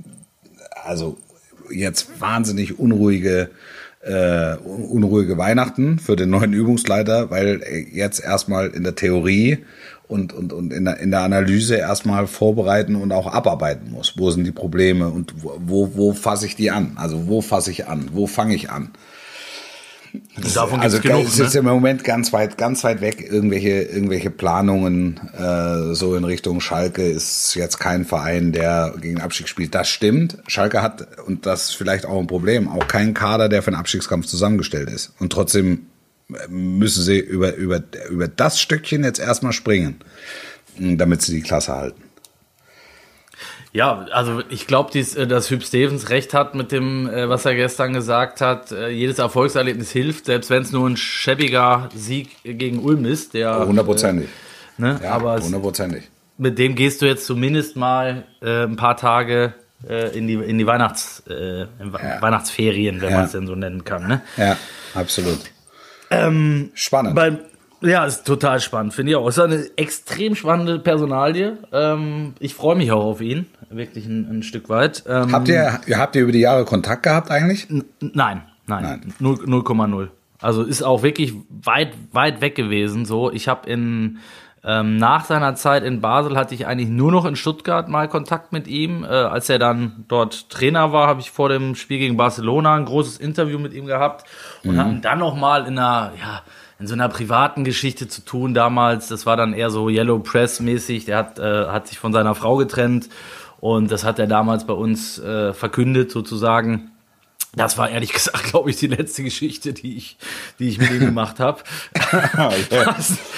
also jetzt wahnsinnig unruhige, äh, unruhige Weihnachten für den neuen Übungsleiter, weil jetzt erstmal in der Theorie und und und in der in der Analyse erstmal vorbereiten und auch abarbeiten muss. Wo sind die Probleme und wo wo, wo fasse ich die an? Also wo fasse ich an? Wo fange ich an? Das, davon also genug, es ist ne? im Moment ganz weit ganz weit weg. Irgendwelche irgendwelche Planungen äh, so in Richtung Schalke ist jetzt kein Verein, der gegen Abstieg spielt. Das stimmt. Schalke hat, und das ist vielleicht auch ein Problem, auch keinen Kader, der für den Abstiegskampf zusammengestellt ist. Und trotzdem müssen sie über, über, über das Stückchen jetzt erstmal springen, damit sie die Klasse halten. Ja, also ich glaube, dass Hüb Stevens recht hat mit dem, was er gestern gesagt hat. Jedes Erfolgserlebnis hilft, selbst wenn es nur ein schäbiger Sieg gegen Ulm ist. Der, hundertprozentig. Äh, ne? Ja, aber hundertprozentig. Mit dem gehst du jetzt zumindest mal äh, ein paar Tage äh, in die, in die Weihnachts, äh, in ja. Weihnachtsferien, wenn ja. man es denn so nennen kann. Ne? Ja, absolut. Ähm, spannend. Beim, ja, ist total spannend, finde ich auch. Ist eine extrem spannende Personalie. Ähm, ich freue mich auch auf ihn, wirklich ein, ein Stück weit. Ähm, habt ihr, habt ihr über die Jahre Kontakt gehabt eigentlich? N- nein, nein, nein. null Komma null. Also ist auch wirklich weit, weit weg gewesen. So, ich habe in ähm, nach seiner Zeit in Basel hatte ich eigentlich nur noch in Stuttgart mal Kontakt mit ihm. Äh, als er dann dort Trainer war, habe ich vor dem Spiel gegen Barcelona ein großes Interview mit ihm gehabt und mhm. haben dann noch mal in einer, ja, in so einer privaten Geschichte zu tun damals. Das war dann eher so Yellow Press mäßig. Der hat, äh, hat sich von seiner Frau getrennt und das hat er damals bei uns äh, verkündet sozusagen. Das war ehrlich gesagt, glaube ich, die letzte Geschichte, die ich, die ich mit ihm gemacht habe. Okay.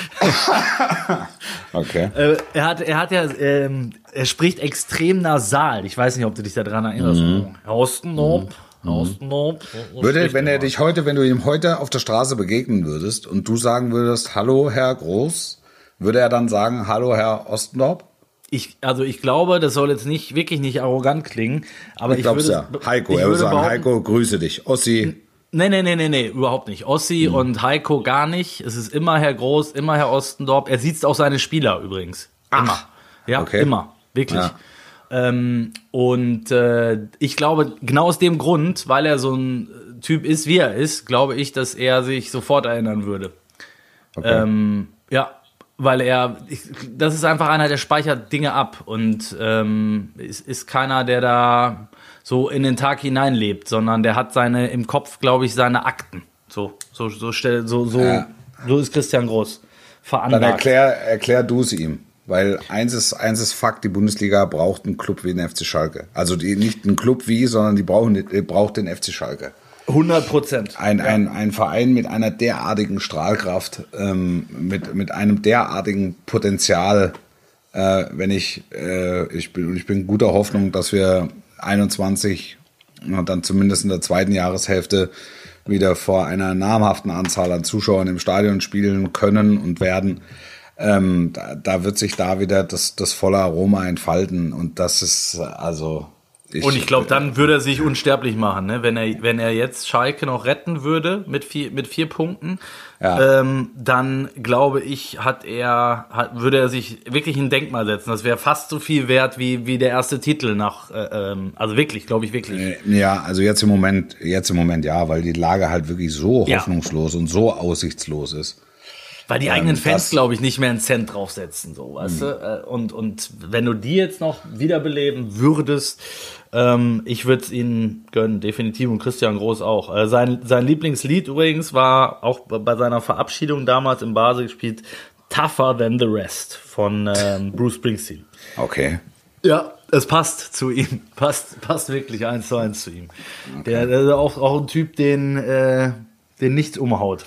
okay. Äh, er hat, er hat ja, ähm, er spricht extrem nasal. Ich weiß nicht, ob du dich daran erinnerst. Mhm. Horstenop, Horstenop. Würde, wenn er dich heute, wenn du ihm heute auf der Straße begegnen würdest und du sagen würdest, hallo Herr Groß, würde er dann sagen, hallo Herr Ostendorp? Ich, also ich glaube, das soll jetzt nicht wirklich nicht arrogant klingen, aber ich, ich glaube würde ja. Heiko, er würde sagen, Heiko, grüße dich. Ossi. Nee, nee, nee, nee, nee, überhaupt nicht. Ossi hm. und Heiko gar nicht. Es ist immer Herr Groß, immer Herr Ostendorp. Er sieht auch seine Spieler übrigens. Ach, immer. Ja, okay. immer. Wirklich. Ja. Ähm, und äh, ich glaube, genau aus dem Grund, weil er so ein Typ ist, wie er ist, glaube ich, dass er sich sofort erinnern würde. Okay. Ähm, ja. Weil er, ich, das ist einfach einer, der speichert Dinge ab und ähm, ist, ist keiner, der da so in den Tag hineinlebt, sondern der hat seine im Kopf, glaube ich, seine Akten. So, so, so, so, so, so, ja. so ist Christian Groß veranlagt. Dann erklär, erklär du es ihm. Weil eins ist, eins ist Fakt, die Bundesliga braucht einen Club wie den F C Schalke. Also die, nicht einen Club wie, sondern die brauchen, die braucht den F C Schalke. hundert Prozent. Ein, ja. ein, ein Verein mit einer derartigen Strahlkraft, ähm, mit, mit einem derartigen Potenzial, äh, wenn ich, äh, ich bin, ich bin guter Hoffnung, dass wir einundzwanzig und dann zumindest in der zweiten Jahreshälfte wieder vor einer namhaften Anzahl an Zuschauern im Stadion spielen können und werden. Ähm, da, da wird sich da wieder das, das volle Aroma entfalten und das ist also... Ich, und ich glaube, dann würde er sich unsterblich machen, ne? Wenn er, wenn er jetzt Schalke noch retten würde mit vier, mit vier Punkten, ja. ähm, dann glaube ich, hat er, hat, würde er sich wirklich ein Denkmal setzen. Das wäre fast so viel wert wie, wie der erste Titel nach, äh, ähm, also wirklich, glaube ich wirklich. Ja, also jetzt im Moment, jetzt im Moment ja, weil die Lage halt wirklich so ja. hoffnungslos und so aussichtslos ist. Weil die Ähm, eigenen Fans, das- glaube ich, nicht mehr einen Cent draufsetzen, so, weißt du? Und, und wenn du die jetzt noch wiederbeleben würdest, ähm, ich würde es ihnen gönnen, definitiv, und Christian Groß auch. Äh, sein, sein Lieblingslied übrigens war auch bei seiner Verabschiedung damals im Basel gespielt, Tougher Than the Rest von ähm, Bruce Springsteen. Okay. Ja, es passt zu ihm. Passt, passt wirklich eins zu eins zu ihm. Okay. Der, der ist auch, auch ein Typ, den, äh, den nichts umhaut.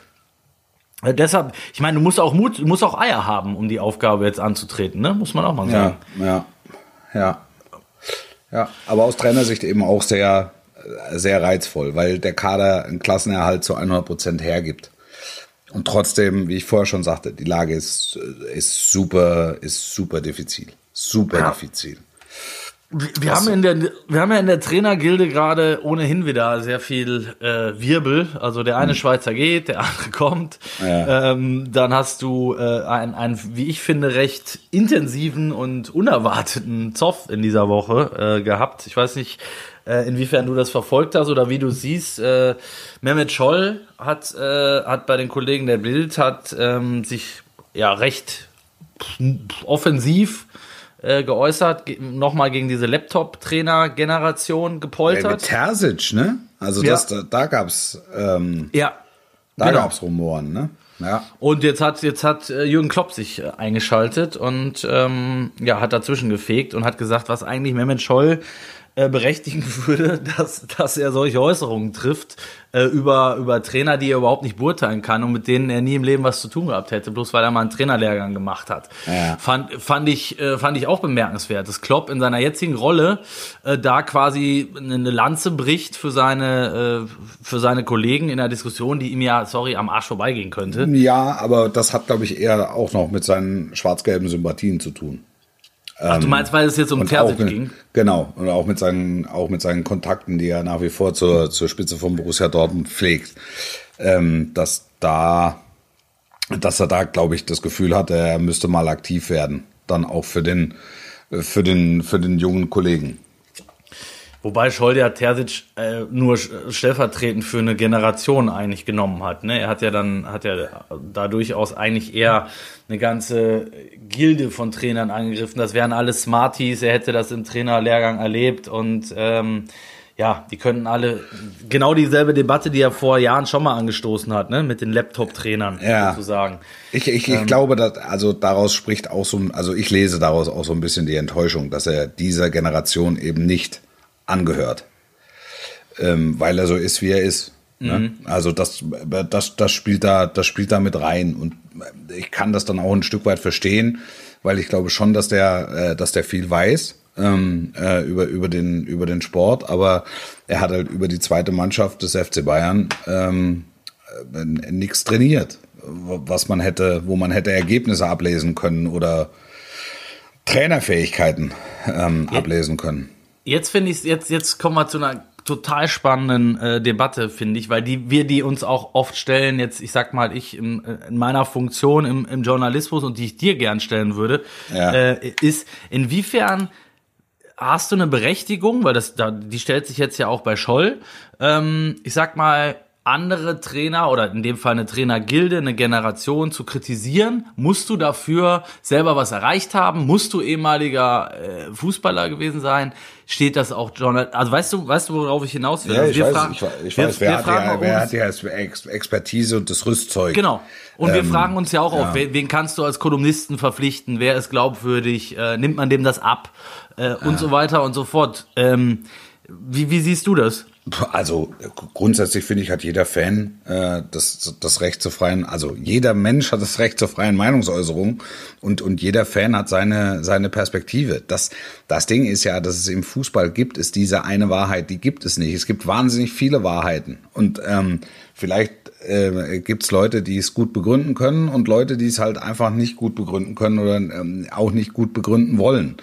Äh, deshalb, ich meine, du musst auch Mut, du musst auch Eier haben, um die Aufgabe jetzt anzutreten, ne? Muss man auch mal sagen. Ja, ja, ja. Ja, aber aus Trainersicht eben auch sehr, sehr reizvoll, weil der Kader einen Klassenerhalt zu hundert Prozent hergibt. Und trotzdem, wie ich vorher schon sagte, die Lage ist, ist super, ist super diffizil. Super Ja. diffizil. Wir, wir, haben in der, wir haben ja in der Trainergilde gerade ohnehin wieder sehr viel äh, Wirbel. Also der eine Schweizer geht, der andere kommt. Ja. Ähm, dann hast du äh, einen, einen, wie ich finde, recht intensiven und unerwarteten Zoff in dieser Woche äh, gehabt. Ich weiß nicht, äh, inwiefern du das verfolgt hast oder wie du siehst. Äh, Mehmet Scholl hat, äh, hat bei den Kollegen der Bild hat ähm, sich ja recht offensiv äh, geäußert, ge- nochmal gegen diese Laptop-Trainer-Generation Ey, gepoltert. mit Terzic, ne? Also Ja. das, da, da gab's, ähm, Ja, da genau. gab's Rumoren, ne? Ja. Und jetzt hat jetzt hat äh, Jürgen Klopp sich äh, eingeschaltet und ähm, ja, hat dazwischen gefegt und hat gesagt, was eigentlich Mehmet Scholl äh, berechtigen würde, dass, dass er solche Äußerungen trifft äh, über, über Trainer, die er überhaupt nicht beurteilen kann und mit denen er nie im Leben was zu tun gehabt hätte, bloß weil er mal einen Trainerlehrgang gemacht hat. Ja. Fand, fand, ich, äh, fand ich auch bemerkenswert, dass Klopp in seiner jetzigen Rolle äh, da quasi eine Lanze bricht für seine, äh, für seine Kollegen in der Diskussion, die ihm ja, sorry, am Arsch vorbeigehen könnte. Ja, aber das hat, glaube ich, eher auch noch mit seinen schwarz-gelben Sympathien zu tun. Ach, du meinst, weil es jetzt um Und Terzic auch mit, ging? Genau, und auch mit seinen, auch mit seinen Kontakten, die er nach wie vor zur, zur Spitze von Borussia Dortmund pflegt, ähm, dass da, dass er da, glaube ich, das Gefühl hatte, er müsste mal aktiv werden, dann auch für den, für den, für den jungen Kollegen. Wobei Scholl ja Terzic äh, nur stellvertretend für eine Generation eigentlich genommen hat. Ne? Er hat ja dann, hat ja da durchaus eigentlich eher eine ganze Gilde von Trainern angegriffen. Das wären alles Smarties, er hätte das im Trainerlehrgang erlebt und ähm, ja, die könnten alle genau dieselbe Debatte, die er vor Jahren schon mal angestoßen hat, ne, mit den Laptop-Trainern ja. sozusagen. Ich, ich, ich ähm, glaube, dass, also daraus spricht auch so, also ich lese daraus auch so ein bisschen die Enttäuschung, dass er dieser Generation eben nicht angehört, ähm, weil er so ist, wie er ist. Mhm. Ne? Also das, das, das spielt da, das spielt da mit rein und ich kann das dann auch ein Stück weit verstehen, weil ich glaube schon, dass der, äh, dass der viel weiß. Ähm, äh, über über den über den Sport, aber er hat halt über die zweite Mannschaft des F C Bayern ähm, äh, nichts trainiert, was man hätte, wo man hätte Ergebnisse ablesen können oder Trainerfähigkeiten ähm, ja. ablesen können. Jetzt finde ich jetzt jetzt kommen wir zu einer total spannenden äh, Debatte, finde ich, weil die wir die uns auch oft stellen. Jetzt ich sag mal ich in, in meiner Funktion im, im Journalismus und die ich dir gern stellen würde, ja. äh, ist inwiefern hast du eine Berechtigung, weil das, da, die stellt sich jetzt ja auch bei Scholl, ähm, ich sag mal, andere Trainer oder in dem Fall eine Trainergilde, eine Generation zu kritisieren? Musst du dafür selber was erreicht haben? Musst du ehemaliger äh, Fußballer gewesen sein? Steht das auch Journal? Also weißt du, weißt du, worauf ich hinaus will? Ja, also ich, wir weiß, fragen, ich, ich wir, weiß, wer, wir hat, fragen ja, wer uns, hat ja Expertise und das Rüstzeug? Genau. Und wir ähm, fragen uns ja auch ja. auf, wen, wen kannst du als Kolumnisten verpflichten? Wer ist glaubwürdig? Äh, nimmt man dem das ab? Äh, ja. Und so weiter und so fort. Ähm, wie, wie siehst du das? Also grundsätzlich finde ich, hat jeder Fan äh, das, das Recht zur freien, also jeder Mensch hat das Recht zur freien Meinungsäußerung und, und jeder Fan hat seine, seine Perspektive. Das, das Ding ist ja, dass es im Fußball gibt, ist diese eine Wahrheit, die gibt es nicht. Es gibt wahnsinnig viele Wahrheiten und ähm, vielleicht äh, gibt es Leute, die es gut begründen können und Leute, die es halt einfach nicht gut begründen können oder ähm, auch nicht gut begründen wollen.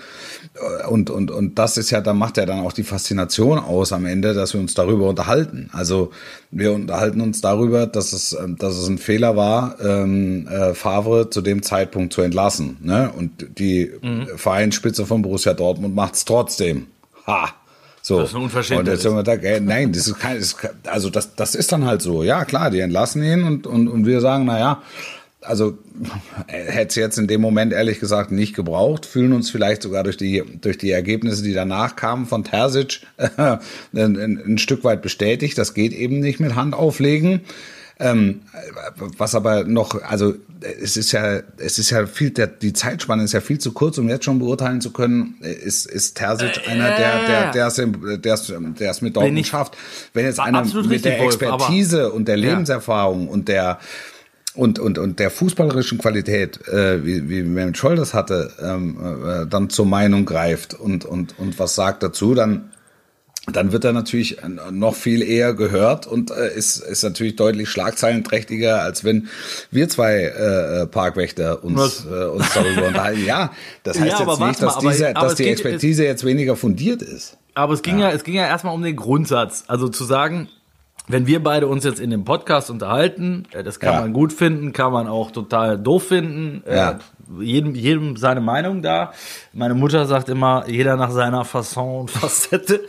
Und, und, und das ist ja, da macht ja dann auch die Faszination aus am Ende, dass wir uns darüber unterhalten. Also wir unterhalten uns darüber, dass es, dass es ein Fehler war, ähm, äh, Favre zu dem Zeitpunkt zu entlassen. Ne? Und die mhm. Vereinsspitze von Borussia Dortmund macht es trotzdem. Ha! So. Das ist unverschämt. Da, äh, nein, das ist kein, das ist, also das, das ist dann halt so. Ja, klar, die entlassen ihn und, und, und wir sagen, na ja, also hätte es jetzt in dem Moment ehrlich gesagt nicht gebraucht, fühlen uns vielleicht sogar durch die durch die Ergebnisse, die danach kamen von Terzic, äh, ein, ein Stück weit bestätigt. Das geht eben nicht mit Hand auflegen. Ähm, was aber noch, also es ist ja, es ist ja viel, der, die Zeitspanne ist ja viel zu kurz, um jetzt schon beurteilen zu können, ist, ist Terzic äh, einer, der, der, der es, der es, der es mit Dortmund schafft. Wenn jetzt einer mit der Expertise Wolf, und der Lebenserfahrung ja. und der Und, und, und der fußballerischen Qualität, äh, wie, wie Mehmet Scholl das hatte, ähm, äh, dann zur Meinung greift und, und, und was sagt dazu, dann, dann wird er natürlich noch viel eher gehört und äh, ist, ist natürlich deutlich schlagzeilenträchtiger, als wenn wir zwei äh, Parkwächter uns, äh, uns darüber unterhalten. Ja, das heißt ja, jetzt nicht, dass, mal, diese, aber, dass die geht, Expertise jetzt weniger fundiert ist. Aber es ging ja, ja es ging ja erstmal um den Grundsatz, also zu sagen, wenn wir beide uns jetzt in dem Podcast unterhalten, das kann ja. man gut finden, kann man auch total doof finden. Ja. Jedem, jedem seine Meinung da. Meine Mutter sagt immer, jeder nach seiner Fasson und Facette.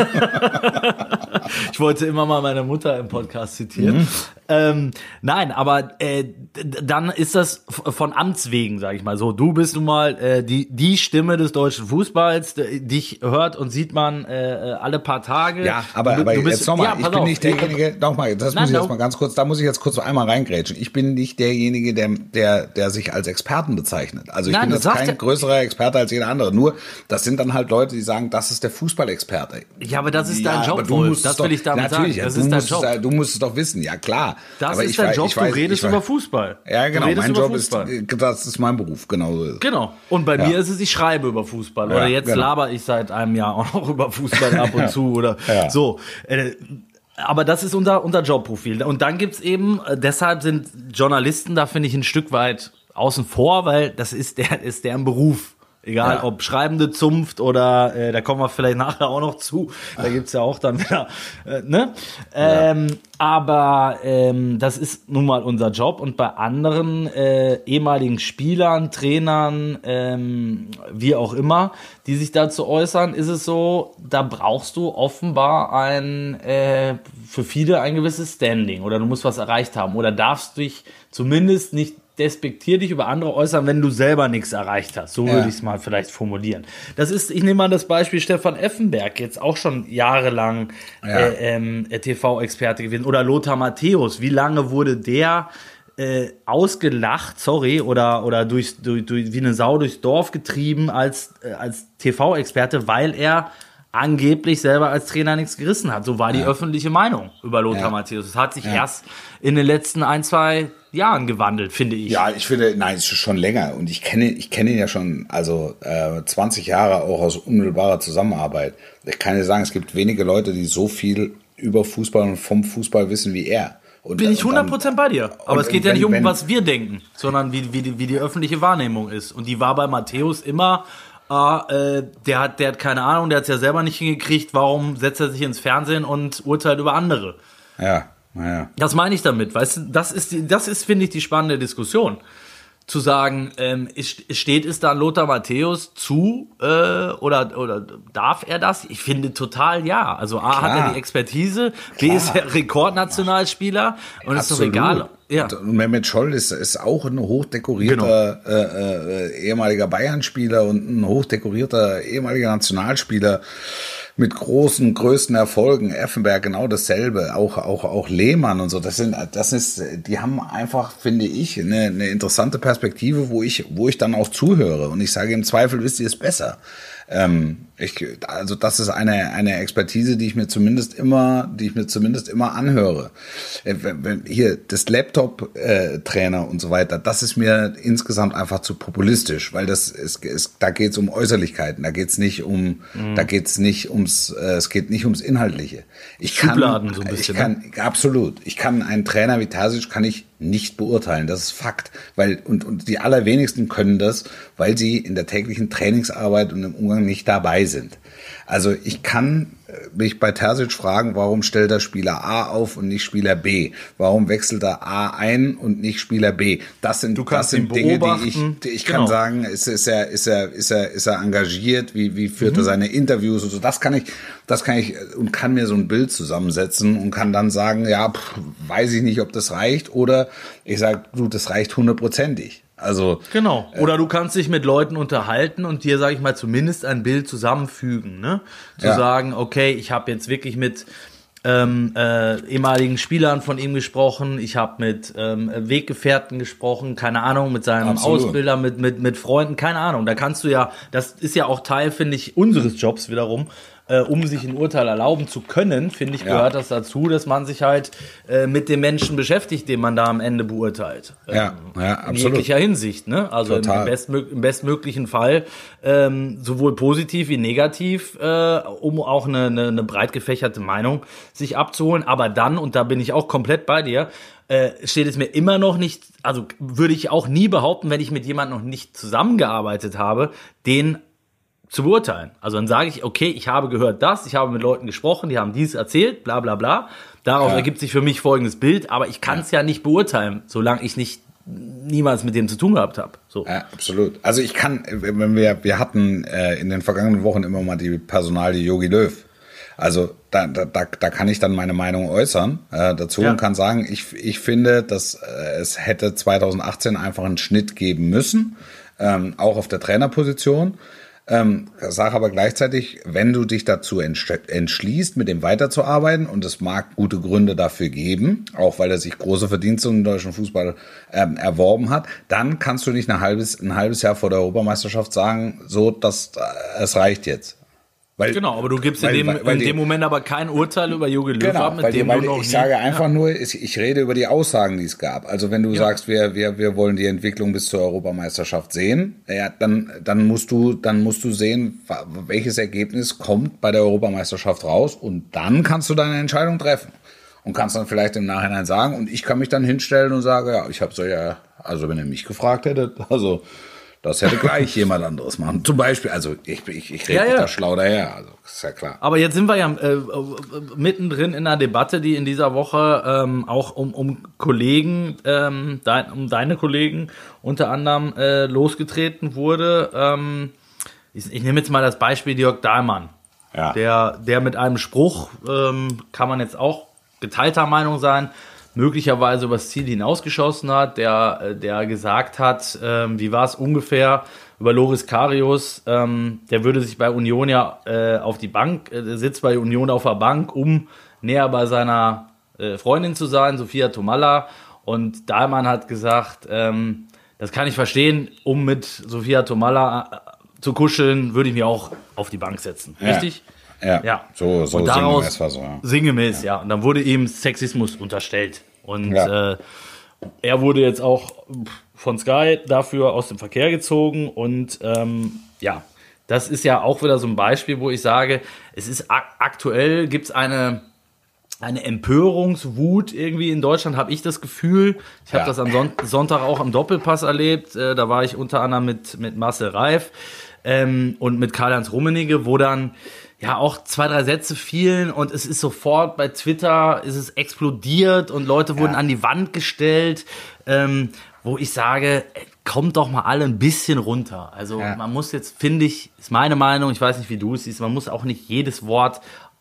Ich wollte immer mal meine Mutter im Podcast zitieren. Mhm. Ähm, nein, aber äh, dann ist das von Amts wegen, sag ich mal so. Du bist nun mal äh, die die Stimme des deutschen Fußballs. Dich hört und sieht man äh, alle paar Tage. Ja, aber, du, aber du bist, jetzt nochmal, ja, ich bin auf. nicht derjenige, nochmal, das nein, muss ich jetzt mal ganz kurz, da muss ich jetzt kurz einmal reingrätschen. Ich bin nicht derjenige, der, der, der sich als Experten bezeichnet. Also ich nein, bin jetzt kein ja, größerer Experte als jeder andere. Nur, das sind dann halt Leute, die sagen, das ist der Fußballexperte. Ja, aber das ist ja, dein Job, Wolf. Das will doch, ich damit natürlich, sagen. Das ja, ist dein Job. Es, du musst es doch wissen, ja klar. Das aber ist ich dein weiß, Job, ich weiß, du redest ich weiß, über Fußball. Ja, genau, mein Job Fußball. ist, das ist mein Beruf, genau so ist es. Genau, und bei ja. mir ist es, ich schreibe über Fußball. Oder ja, jetzt genau. laber ich seit einem Jahr auch noch über Fußball ab und zu. Oder ja. so. Aber das ist unser, unser Jobprofil. Und dann gibt's eben, deshalb sind Journalisten da, finde ich, ein Stück weit außen vor, weil das ist der, ist deren Beruf. Egal, ja. ob schreibende Zunft oder, äh, da kommen wir vielleicht nachher auch noch zu, da gibt's ja auch dann wieder, äh, ne? Ähm, ja. Aber ähm, das ist nun mal unser Job und bei anderen äh, ehemaligen Spielern, Trainern, ähm, wie auch immer, die sich dazu äußern, ist es so, da brauchst du offenbar ein, äh, für viele ein gewisses Standing oder du musst was erreicht haben oder darfst dich zumindest nicht despektierlich über andere äußern, wenn du selber nichts erreicht hast. So ja. würde ich es mal vielleicht formulieren. Das ist, ich nehme mal das Beispiel Stefan Effenberg, jetzt auch schon jahrelang ja. äh, ähm, T V-Experte gewesen. Oder Lothar Matthäus. Wie lange wurde der äh, ausgelacht, sorry, oder, oder durch, durch, durch, wie eine Sau durchs Dorf getrieben als, äh, als T V-Experte, weil er angeblich selber als Trainer nichts gerissen hat. So war die ja. öffentliche Meinung über Lothar ja. Matthäus. Das hat sich ja. erst in den letzten ein, zwei Jahren gewandelt, finde ich. Ja, ich finde, nein, es ist schon länger. Und ich kenne, ich kenne ihn ja schon, also äh, zwanzig Jahre auch aus unmittelbarer Zusammenarbeit. Ich kann dir sagen, es gibt wenige Leute, die so viel über Fußball und vom Fußball wissen wie er. Und, Bin ich hundert Prozent bei dir. Aber es geht ja wenn, nicht um, wenn, was wir denken, sondern wie, wie, die, wie die öffentliche Wahrnehmung ist. Und die war bei Matthäus immer, äh, der hat, der hat keine Ahnung, der hat es ja selber nicht hingekriegt, warum setzt er sich ins Fernsehen und urteilt über andere? Ja, naja. Das meine ich damit, weißt du, das ist, die, das ist, finde ich, die spannende Diskussion. Zu sagen, ähm, ist, steht es dann Lothar Matthäus zu äh, oder, oder darf er das? Ich finde total ja. Also A, Klar. hat er die Expertise, B, Klar. ist er Rekordnationalspieler und es ist doch egal. Ja. Und Mehmet Scholl ist, ist auch ein hochdekorierter genau. äh, äh, ehemaliger Bayern-Spieler und ein hochdekorierter ehemaliger Nationalspieler mit großen, größten Erfolgen. Effenberg genau dasselbe, auch auch auch Lehmann und so. Das sind, das ist, die haben einfach, finde ich, eine, eine interessante Perspektive, wo ich, wo ich dann auch zuhöre. Und ich sage, im Zweifel wisst ihr es besser. Ähm, ich, also das ist eine eine Expertise, die ich mir zumindest immer, die ich mir zumindest immer anhöre. Äh, wenn, hier das Laptop-Trainer äh, und so weiter, das ist mir insgesamt einfach zu populistisch, weil das ist, ist da geht's um Äußerlichkeiten, da geht's nicht um, mhm. da geht's nicht ums, äh, es geht nicht ums Inhaltliche. Ich kann, Schubladen so ein bisschen, ich kann ne? absolut, ich kann einen Trainer wie Terzic kann ich nicht beurteilen, das ist Fakt, weil und und die allerwenigsten können das, weil sie in der täglichen Trainingsarbeit und im Umgang nicht dabei sind. Also ich kann mich bei Terzic fragen, warum stellt er Spieler A auf und nicht Spieler B? Warum wechselt er A ein und nicht Spieler B? Das sind, du kannst das sind Dinge, die ich, die ich genau. kann sagen, ist, ist er, ist er, ist er, ist er engagiert? Wie, wie führt mhm. er seine Interviews und so? Das kann ich, das kann ich und kann mir so ein Bild zusammensetzen und kann dann sagen, ja, pff, weiß ich nicht, ob das reicht, oder ich sage, du, das reicht hundertprozentig. Also genau. Oder du kannst dich mit Leuten unterhalten und dir, sag ich mal, zumindest ein Bild zusammenfügen, ne? Zu ja. sagen, okay, ich habe jetzt wirklich mit ähm, äh, ehemaligen Spielern von ihm gesprochen, ich habe mit ähm, Weggefährten gesprochen, keine Ahnung, mit seinem Absolut. Ausbilder, mit mit mit Freunden, keine Ahnung. Da kannst du ja, das ist ja auch Teil, finde ich, unseres Jobs wiederum. Äh, um sich ein Urteil erlauben zu können, finde ich, gehört ja. das dazu, dass man sich halt äh, mit dem Menschen beschäftigt, den man da am Ende beurteilt. Ähm, ja, ja, absolut. In jeglicher Hinsicht, ne? Also im, im, bestmö- im bestmöglichen Fall ähm, sowohl positiv wie negativ, äh, um auch eine, eine, eine breit gefächerte Meinung sich abzuholen. Aber dann, und da bin ich auch komplett bei dir, äh, steht es mir immer noch nicht, also würde ich auch nie behaupten, wenn ich mit jemandem noch nicht zusammengearbeitet habe, den zu beurteilen. Also dann sage ich, okay, ich habe gehört das, ich habe mit Leuten gesprochen, die haben dies erzählt, bla bla bla. Daraus ja. ergibt sich für mich folgendes Bild, aber ich kann es ja. ja nicht beurteilen, solange ich nicht niemals mit dem zu tun gehabt habe. So. Ja, absolut. Also ich kann, wenn wir, wir hatten äh, in den vergangenen Wochen immer mal die Personalie Jogi Löw. Also da, da, da kann ich dann meine Meinung äußern äh, dazu ja. und kann sagen, ich, ich finde, dass äh, es hätte zwanzig achtzehn einfach einen Schnitt geben müssen, ähm, auch auf der Trainerposition. Ähm, sage aber gleichzeitig, wenn du dich dazu entschließt, mit dem weiterzuarbeiten, und es mag gute Gründe dafür geben, auch weil er sich große Verdienste im deutschen Fußball ähm, erworben hat, dann kannst du nicht ein halbes, ein halbes Jahr vor der Europameisterschaft sagen, so, dass äh, es reicht jetzt. Weil, genau, aber du gibst weil, in, dem, weil, weil in dem die, Moment aber kein Urteil über Jogi Löw genau, ab, mit weil dem die, weil du noch ich nie, sage einfach ja. nur, ich, ich rede über die Aussagen, die es gab. Also wenn du ja. sagst, wir, wir, wir wollen die Entwicklung bis zur Europameisterschaft sehen, ja, dann, dann musst du, dann musst du sehen, welches Ergebnis kommt bei der Europameisterschaft raus, und dann kannst du deine Entscheidung treffen. Und kannst dann vielleicht im Nachhinein sagen, und ich kann mich dann hinstellen und sage, ja, ich habe so ja, also wenn ihr mich gefragt hättet, also das hätte gleich jemand anderes machen. Zum Beispiel, also ich, ich, ich rede ja, ja. da schlau daher, also ist ja klar. Aber jetzt sind wir ja äh, mittendrin in einer Debatte, die in dieser Woche ähm, auch um, um Kollegen, ähm, dein, um deine Kollegen unter anderem äh, losgetreten wurde. Ähm, ich, ich nehme jetzt mal das Beispiel Jörg Dahlmann, ja. der, der mit einem Spruch, ähm, kann man jetzt auch geteilter Meinung sein, möglicherweise übers Ziel hinausgeschossen hat, der, der gesagt hat, ähm, wie war es ungefähr über Loris Karius, ähm, der würde sich bei Union ja äh, auf die Bank, äh, sitzt bei Union auf der Bank, um näher bei seiner äh, Freundin zu sein, Sophia Tomalla. Und Dahlmann hat gesagt, ähm, das kann ich verstehen, um mit Sophia Tomalla äh, zu kuscheln, würde ich mich auch auf die Bank setzen. Richtig? Ja, ja. ja. so, so und daraus, sinngemäß war so. Ja. Sinngemäß, ja. ja. Und dann wurde ihm Sexismus unterstellt. Und ja. äh, er wurde jetzt auch von Sky dafür aus dem Verkehr gezogen. Und ähm, ja, das ist ja auch wieder so ein Beispiel, wo ich sage, es ist ak- aktuell gibt es eine, eine Empörungswut irgendwie in Deutschland, habe ich das Gefühl. Ich habe ja. das am Son- Sonntag auch am Doppelpass erlebt. Äh, da war ich unter anderem mit, mit Marcel Reif ähm, und mit Karl-Heinz Rummenigge, wo dann ja auch zwei, drei Sätze fielen und es ist sofort bei Twitter ist es explodiert und Leute wurden ja. an die Wand gestellt, ähm, wo ich sage, kommt doch mal alle ein bisschen runter. Also ja. man muss jetzt, finde ich, ist meine Meinung, ich weiß nicht, wie du es siehst, man muss auch nicht jedes Wort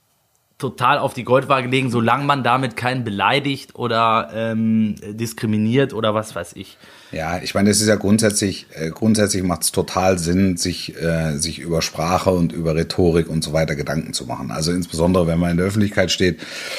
total auf die Goldwaage legen, solange man damit keinen beleidigt oder ähm, diskriminiert oder was weiß ich. Ja, ich meine, es ist ja grundsätzlich, äh, grundsätzlich macht es total Sinn, sich, äh, sich über Sprache und über Rhetorik und so weiter Gedanken zu machen. Also insbesondere, wenn man in der Öffentlichkeit steht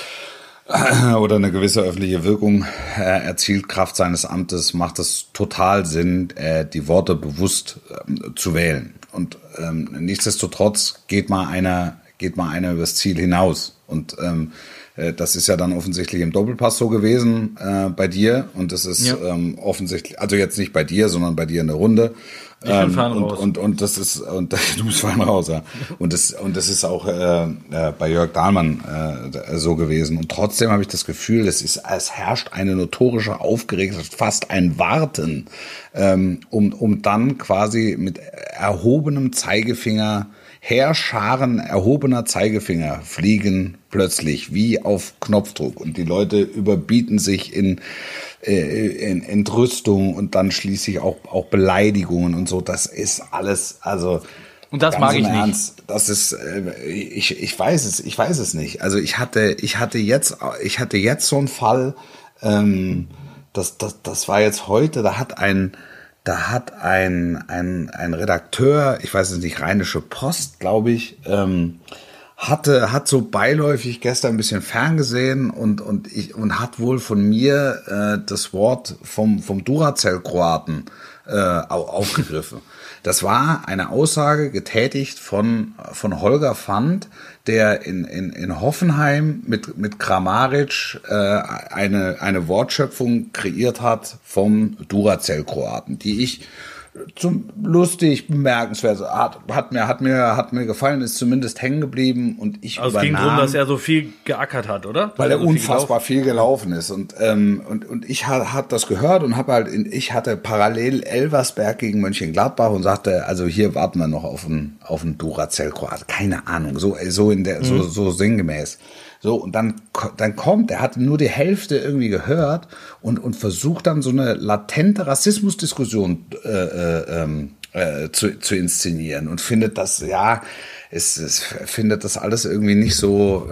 äh, oder eine gewisse öffentliche Wirkung äh, erzielt Kraft seines Amtes, macht es total Sinn, äh, die Worte bewusst äh, zu wählen. Und ähm, nichtsdestotrotz geht mal einer geht mal einer übers Ziel hinaus. Und ähm, äh, das ist ja dann offensichtlich im Doppelpass so gewesen äh, bei dir. Und das ist ja. ähm, offensichtlich, also jetzt nicht bei dir, sondern bei dir in der Runde. Ich bin ähm, fein und, raus. Und, und das ist, und du bist fein raus, ja. Und das, und das ist auch äh, äh, bei Jörg Dahlmann äh, so gewesen. Und trotzdem habe ich das Gefühl, es ist, es herrscht eine notorische Aufgeregtheit, fast ein Warten, ähm, um, um dann quasi mit erhobenem Zeigefinger Heerscharen erhobener Zeigefinger fliegen plötzlich wie auf Knopfdruck und die Leute überbieten sich in, äh, in Entrüstung und dann schließlich auch, auch Beleidigungen und so. Das ist alles, also. Und das mag ich Ernst, nicht. Das ist, äh, ich, ich weiß es, ich weiß es nicht. Also ich hatte, ich hatte jetzt, ich hatte jetzt so einen Fall, ähm, das, das, das war jetzt heute, da hat ein, Da hat ein, ein, ein Redakteur, ich weiß es nicht, Rheinische Post, glaube ich, ähm, hatte, hat so beiläufig gestern ein bisschen ferngesehen und, und, ich, und hat wohl von mir äh, das Wort vom, vom Duracell-Kroaten äh, aufgegriffen. Das war eine Aussage getätigt von, von Holger Pfand, der in, in, in Hoffenheim mit, mit Kramaric äh, eine, eine Wortschöpfung kreiert hat vom Duracell-Kroaten, die ich zum lustig, bemerkenswert hat, hat mir hat mir hat mir gefallen, ist zumindest hängen geblieben und ich also übernahm. Es ging darum, dass er so viel geackert hat, oder? Weil er so unfassbar viel gelaufen, viel gelaufen ist und ähm, und und ich hat hat das gehört und habe halt in, ich hatte parallel Elversberg gegen Mönchengladbach und sagte, also hier warten wir noch auf einen auf einen Duracell-Kroat, keine Ahnung, so so in der mhm. so so sinngemäß. So, und dann, dann kommt, er hat nur die Hälfte irgendwie gehört und, und versucht dann so eine latente Rassismusdiskussion äh, äh, äh, zu, zu inszenieren und findet das, ja, es, es findet das alles irgendwie nicht so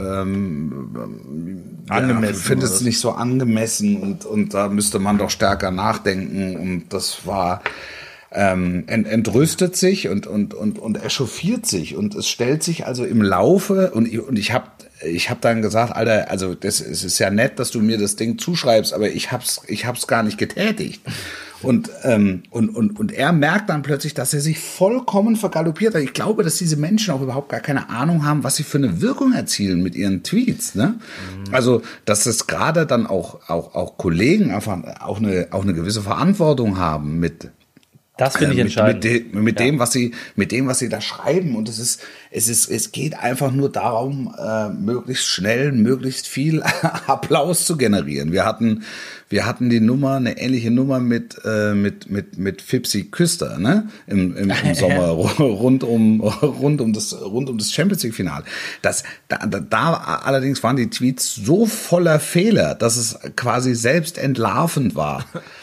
ähm, angemessen. Ja, findet es nicht so angemessen und, und da müsste man doch stärker nachdenken und das war ähm, ent, entrüstet sich und, und, und, und echauffiert sich und es stellt sich also im Laufe und, und ich habe Ich habe dann gesagt, Alter, also das es ist ja nett, dass du mir das Ding zuschreibst, aber ich hab's, ich hab's gar nicht getätigt. Und ähm, und und und er merkt dann plötzlich, dass er sich vollkommen vergaloppiert hat. Ich glaube, dass diese Menschen auch überhaupt gar keine Ahnung haben, was sie für eine Wirkung erzielen mit ihren Tweets. Ne? Mhm. Also, dass es gerade dann auch auch auch Kollegen einfach auch eine auch eine gewisse Verantwortung haben mit Das finde ich äh, entscheidend. Mit, mit, mit ja. dem, was sie, mit dem, was sie da schreiben. Und es ist, es ist, es geht einfach nur darum, äh, möglichst schnell, möglichst viel Applaus zu generieren. Wir hatten, wir hatten die Nummer, eine ähnliche Nummer mit, äh, mit, mit, mit Fipsi Küster, ne? Im, im, im Sommer rund um, rund um das, rund um das Champions League Finale. Das, da, da allerdings waren die Tweets so voller Fehler, dass es quasi selbst entlarvend war.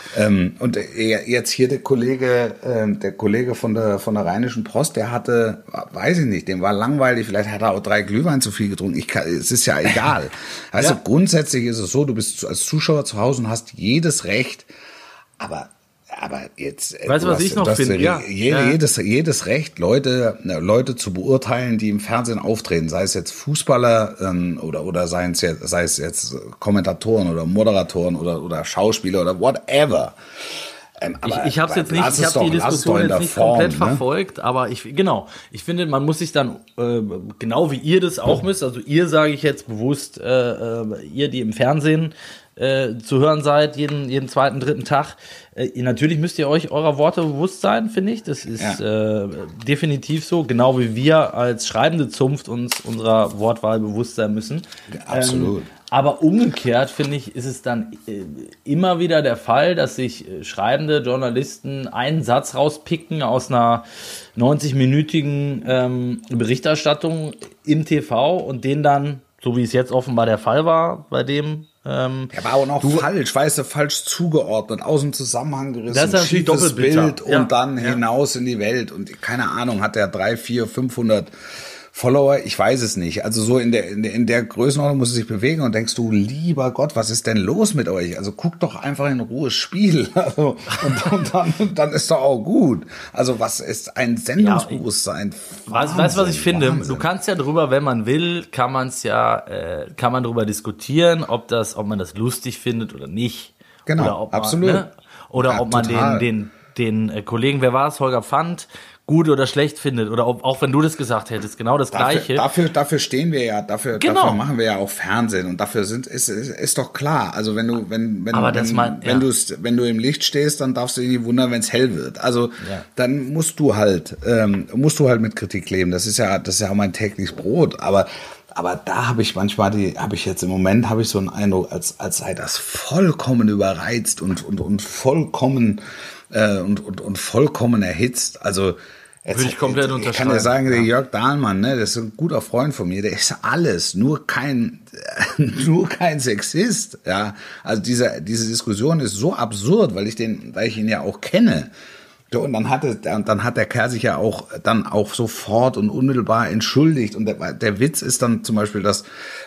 Ähm, und jetzt hier der Kollege, äh, der Kollege von der von der Rheinischen Post, der hatte, weiß ich nicht, dem war langweilig, vielleicht hat er auch drei Glühwein zu viel getrunken. Ich kann, es ist ja egal. Also ja. Grundsätzlich ist es so, du bist als Zuschauer zu Hause und hast jedes Recht, aber Aber jetzt, weißt du, was hast, ich noch finde? Ja. Jedes, jedes Recht, Leute, Leute zu beurteilen, die im Fernsehen auftreten, sei es jetzt Fußballer ähm, oder oder sei es jetzt, sei es jetzt Kommentatoren oder Moderatoren oder oder Schauspieler oder whatever. Ähm, ich ich habe jetzt nicht, ich habe die Diskussion jetzt nicht Form, komplett ne? verfolgt, aber ich genau, ich finde, man muss sich dann äh, genau wie ihr das auch müsst, also ihr sage ich jetzt bewusst, äh, äh, ihr die im Fernsehen äh, zu hören seid, jeden jeden zweiten, dritten Tag. Äh, natürlich müsst ihr euch eurer Worte bewusst sein, finde ich. Das ist ja. äh, definitiv so, genau wie wir als schreibende Zunft uns unserer Wortwahl bewusst sein müssen. Ja, absolut. Ähm, aber umgekehrt, finde ich, ist es dann äh, immer wieder der Fall, dass sich äh, schreibende Journalisten einen Satz rauspicken aus einer neunzig-minütigen ähm, Berichterstattung im T V und den dann, so wie es jetzt offenbar der Fall war, bei dem Ähm, er war auch noch du, falsch, weißt du, falsch zugeordnet, aus dem Zusammenhang gerissen, das ist natürlich doppelt Bild ja. und dann ja. hinaus in die Welt und keine Ahnung, hat er drei, vier, fünfhundert Follower, ich weiß es nicht. Also so in der, in der, in der Größenordnung muss es sich bewegen und denkst du, lieber Gott, was ist denn los mit euch? Also guckt doch einfach in Ruhe Spiel. Also, und, und dann, dann ist doch auch gut. Also was ist ein Sendungsbewusstsein? Ja, Wahnsinn, weißt du, was ich finde? Wahnsinn. Du kannst ja drüber, wenn man will, kann man es ja, äh, kann man drüber diskutieren, ob das, ob man das lustig findet oder nicht. Genau, oder ob man, absolut. Ne? Oder ja, ob man total. den, den, den äh, Kollegen, wer war es, Holger Pfand, gut oder schlecht findet oder ob, auch wenn du das gesagt hättest, genau das dafür, Gleiche. Dafür, dafür stehen wir ja, dafür, genau. dafür machen wir ja auch Fernsehen und dafür sind ist, ist, ist doch klar. Also wenn du wenn wenn Aber wenn, das mal, wenn ja. du wenn du im Licht stehst, dann darfst du dich nicht wundern, wenn es hell wird. Also ja. dann musst du halt ähm, musst du halt mit Kritik leben. Das ist ja das ist ja auch mein tägliches Brot. Aber aber da habe ich manchmal die habe ich jetzt im Moment habe ich so einen Eindruck, als als sei das vollkommen überreizt und und und vollkommen äh, und, und und vollkommen erhitzt. Also Würde ich komplett unterschreiben. Ich kann dir sagen, der ja. Jörg Dahlmann, ne, das ist ein guter Freund von mir, der ist alles, nur kein, nur kein Sexist, ja. Also diese, diese Diskussion ist so absurd, weil ich den, weil ich ihn ja auch kenne. Und dann hatte, dann hat der Kerl sich ja auch, dann auch sofort und unmittelbar entschuldigt. Und der, der Witz ist dann zum Beispiel, dass,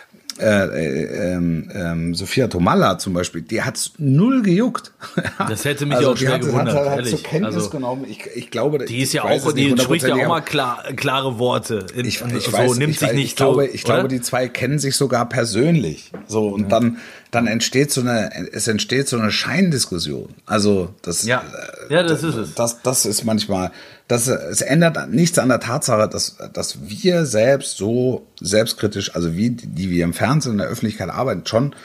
Äh, äh, äh, Sophia Tomalla zum Beispiel, die hat's null gejuckt. Das hätte mich also auch schwer hat, gewundert, hat, hat ehrlich. zur Kenntnis also, genommen. Ich, ich glaube, die ist ja auch, die spricht ja auch mal klar, klare Worte. In, ich, ich so, weiß, nimmt ich, sich weiß, nicht ich glaube, so, ich glaube, die zwei kennen sich sogar persönlich. So und ja. dann, dann entsteht so eine, es entsteht so eine Scheindiskussion. Also das, ja, ja, das ist es. Das, das ist manchmal. Das, es ändert nichts an der Tatsache, dass, dass wir selbst so selbstkritisch, also wie die wir im Fernsehen in der Öffentlichkeit arbeiten, schon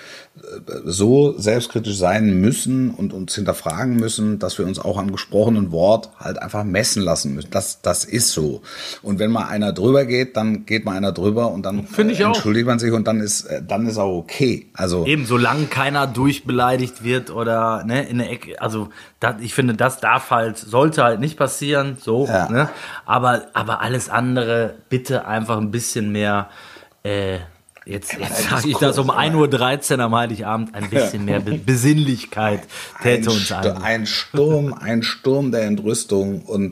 so selbstkritisch sein müssen und uns hinterfragen müssen, dass wir uns auch am gesprochenen Wort halt einfach messen lassen müssen. Das, das ist so. Und wenn mal einer drüber geht, dann geht mal einer drüber und dann Finde ich entschuldigt auch. man sich und dann ist, dann ist auch okay. Also eben, solange keiner durchbeleidigt wird oder ne, in der Ecke, also das, ich finde, das darf halt, sollte halt nicht passieren, so, ja. ne? Aber, aber alles andere bitte einfach ein bisschen mehr, äh, Jetzt, jetzt sage ich das um ein Uhr dreizehn am Heiligabend, ein bisschen mehr Be- Besinnlichkeit täte ein uns St- ein. Ein Sturm, ein Sturm der Entrüstung und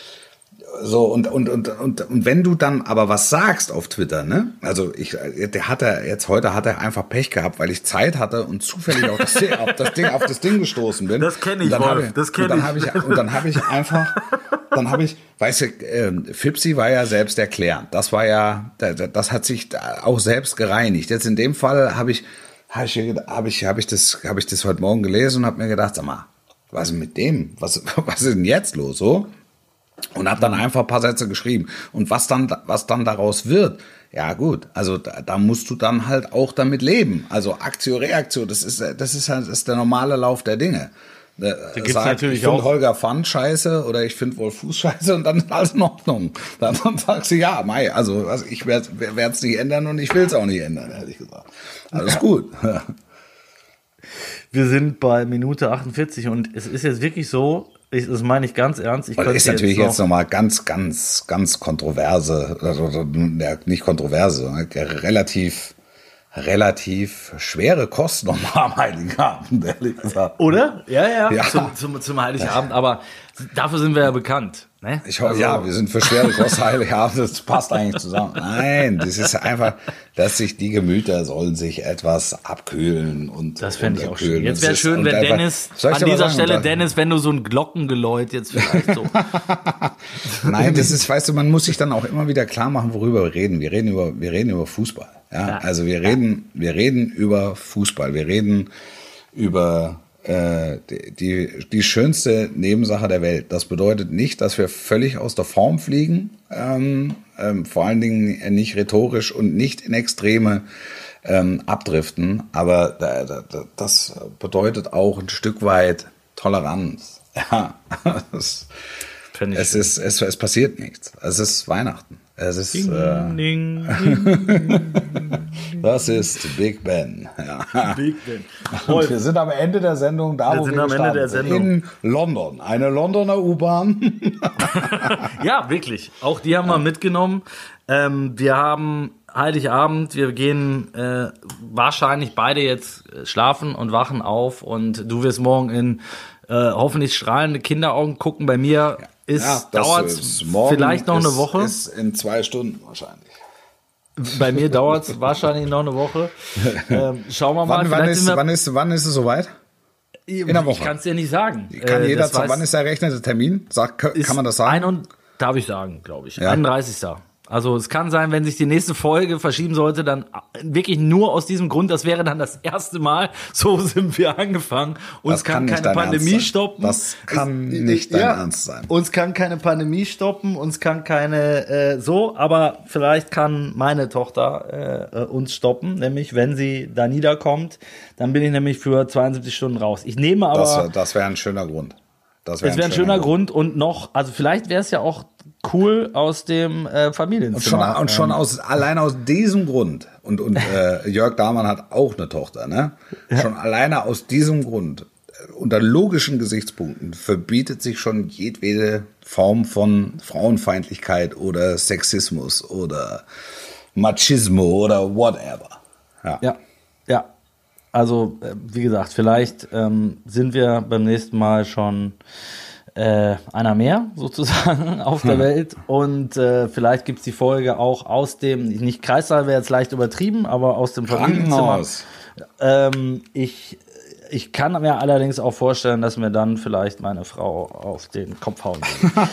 so und, und, und, und, und wenn du dann aber was sagst auf Twitter, ne? Also ich, der hat er, jetzt heute hat er einfach Pech gehabt, weil ich Zeit hatte und zufällig auf das Ding, auf das Ding, auf das Ding gestoßen bin. Das kenne ich, Wolf, ich, das kenne ich. Dann habe ich, und dann habe ich einfach, dann habe ich, weißt du, äh, Fipsi war ja selbst erklärend. Das war ja, das hat sich auch selbst gereinigt. Jetzt in dem Fall habe ich, habe ich, habe ich, habe ich das, habe ich das heute Morgen gelesen und habe mir gedacht, sag mal, was ist mit dem? Was, was ist denn jetzt los, so? Und habe dann einfach ein paar Sätze geschrieben. Und was dann, was dann daraus wird, ja gut, also da, da musst du dann halt auch damit leben. Also Aktio, Reaktio, das ist, das ist halt, das ist der normale Lauf der Dinge. Da gibt's Sag, natürlich ich finde auch Holger Pfand scheiße oder ich finde Wolf Fuß scheiße und dann ist alles in Ordnung. Dann, dann sagst du, ja, Mai, also, also ich werde es nicht ändern und ich will es auch nicht ändern, ehrlich gesagt. Alles gut. Wir sind bei Minute achtundvierzig und es ist jetzt wirklich so, ich, das meine ich ganz ernst. Ich das ist natürlich jetzt, jetzt nochmal ganz, ganz, ganz kontroverse, also ja, nicht kontroverse, relativ, relativ schwere Kost nochmal am Heiligabend, ehrlich gesagt. Oder? Ja, ja, Ja. Zum, zum, zum Heiligabend, aber dafür sind wir ja bekannt. Ne? Ich hoffe, ja, wir sind für schwere Kost Heiligabend, das passt eigentlich zusammen. Nein, das ist einfach, dass sich die Gemüter sollen sich etwas abkühlen und Das fände ich auch schön. runterkühlen. Jetzt wäre Das ist- schön, und wenn einfach- Dennis, Soll ich an dir mal dieser sagen, Stelle, und da- Dennis, wenn du so ein Glockengeläut jetzt vielleicht so. Nein, das ist, weißt du, man muss sich dann auch immer wieder klar machen, worüber wir reden. Wir reden über, wir reden über Fußball. Ja, Ja. also wir reden, wir reden über Fußball. Wir reden über äh, die, die, die schönste Nebensache der Welt. Das bedeutet nicht, dass wir völlig aus der Form fliegen, ähm, ähm, vor allen Dingen nicht rhetorisch und nicht in Extreme ähm, abdriften. Aber da, da, da, das bedeutet auch ein Stück weit Toleranz. Ja, das, Fänd ich es schön. ist, es, es passiert nichts. Es ist Weihnachten. Es ist, Ding, äh, ding, ding, das ist Big Ben. Ja. Big Ben. Und wir sind am Ende der Sendung, da Wir wo sind wir am Ende der gestartet sind. Sendung. In London. Eine Londoner U-Bahn. Ja, wirklich. Auch die haben wir mitgenommen. Ähm, wir haben Heiligabend, wir gehen äh, wahrscheinlich beide jetzt äh, schlafen und wachen auf und du wirst morgen in äh, hoffentlich strahlende Kinderaugen gucken. Bei mir ist dauert ist morgen vielleicht noch ist, eine Woche. Ist in zwei Stunden wahrscheinlich. Bei mir dauert es wahrscheinlich noch eine Woche. Ähm, schauen wir mal. Wann, wann, vielleicht ist, sind wir, wann, ist, wann ist es soweit? in der Woche? Ich kann es dir nicht sagen. Kann Äh, jeder, das weiß- wann ist der errechnete Termin? Sag, kann ist man das sagen? Ein und, darf ich sagen, glaube ich. Ja. einunddreißigsten Also es kann sein, wenn sich die nächste Folge verschieben sollte, dann wirklich nur aus diesem Grund, das wäre dann das erste Mal, so sind wir angefangen. Uns Das kann kann, nicht keine dein Pandemie Ernst sein. stoppen. Das kann Es- nicht dein ja, Ernst sein. Uns kann keine Pandemie stoppen, uns kann keine äh, so, aber vielleicht kann meine Tochter äh, äh, uns stoppen, nämlich wenn sie da niederkommt, dann bin ich nämlich für zweiundsiebzig Stunden raus. Ich nehme aber... Das, das wäre ein schöner Grund. Das Es wäre ein schöner Grund und noch, also vielleicht wäre es ja auch cool aus dem äh, Und schon, Familienzimmer. und schon aus, allein aus diesem Grund, und, und äh, Jörg Dahmann hat auch eine Tochter, ne? Schon alleine aus diesem Grund, äh, unter logischen Gesichtspunkten, verbietet sich schon jedwede Form von Frauenfeindlichkeit oder Sexismus oder Machismo oder whatever. Ja. Ja, ja. Also, äh, wie gesagt, vielleicht ähm, sind wir beim nächsten Mal schon äh, einer mehr sozusagen auf der Welt und äh, vielleicht gibt's die Folge auch aus dem, nicht Kreissaal wäre jetzt leicht übertrieben, aber aus dem Familienzimmer. Krankenhaus. Ähm, ich, ich kann mir allerdings auch vorstellen, dass mir dann vielleicht meine Frau auf den Kopf hauen würde.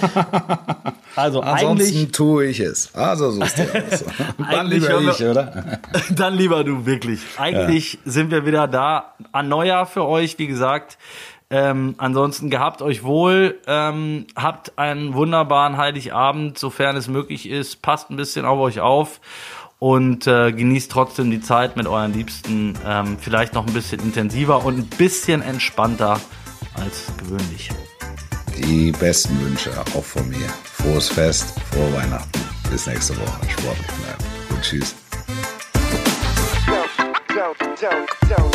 Also Ansonsten eigentlich, tue ich es. Also so ist der aus. Dann Eigentlich lieber hören wir- ich, oder? dann lieber du, wirklich. Eigentlich sind wir wieder da an Neujahr für euch, wie gesagt. Ähm, ansonsten gehabt euch wohl, ähm, habt einen wunderbaren Heiligabend, sofern es möglich ist, passt ein bisschen auf euch auf und äh, genießt trotzdem die Zeit mit euren Liebsten, ähm, vielleicht noch ein bisschen intensiver und ein bisschen entspannter als gewöhnlich. Die besten Wünsche auch von mir. Frohes Fest, frohe Weihnachten. Bis nächste Woche. Sportlich bleiben. Und tschüss. Don't, don't, don't, don't.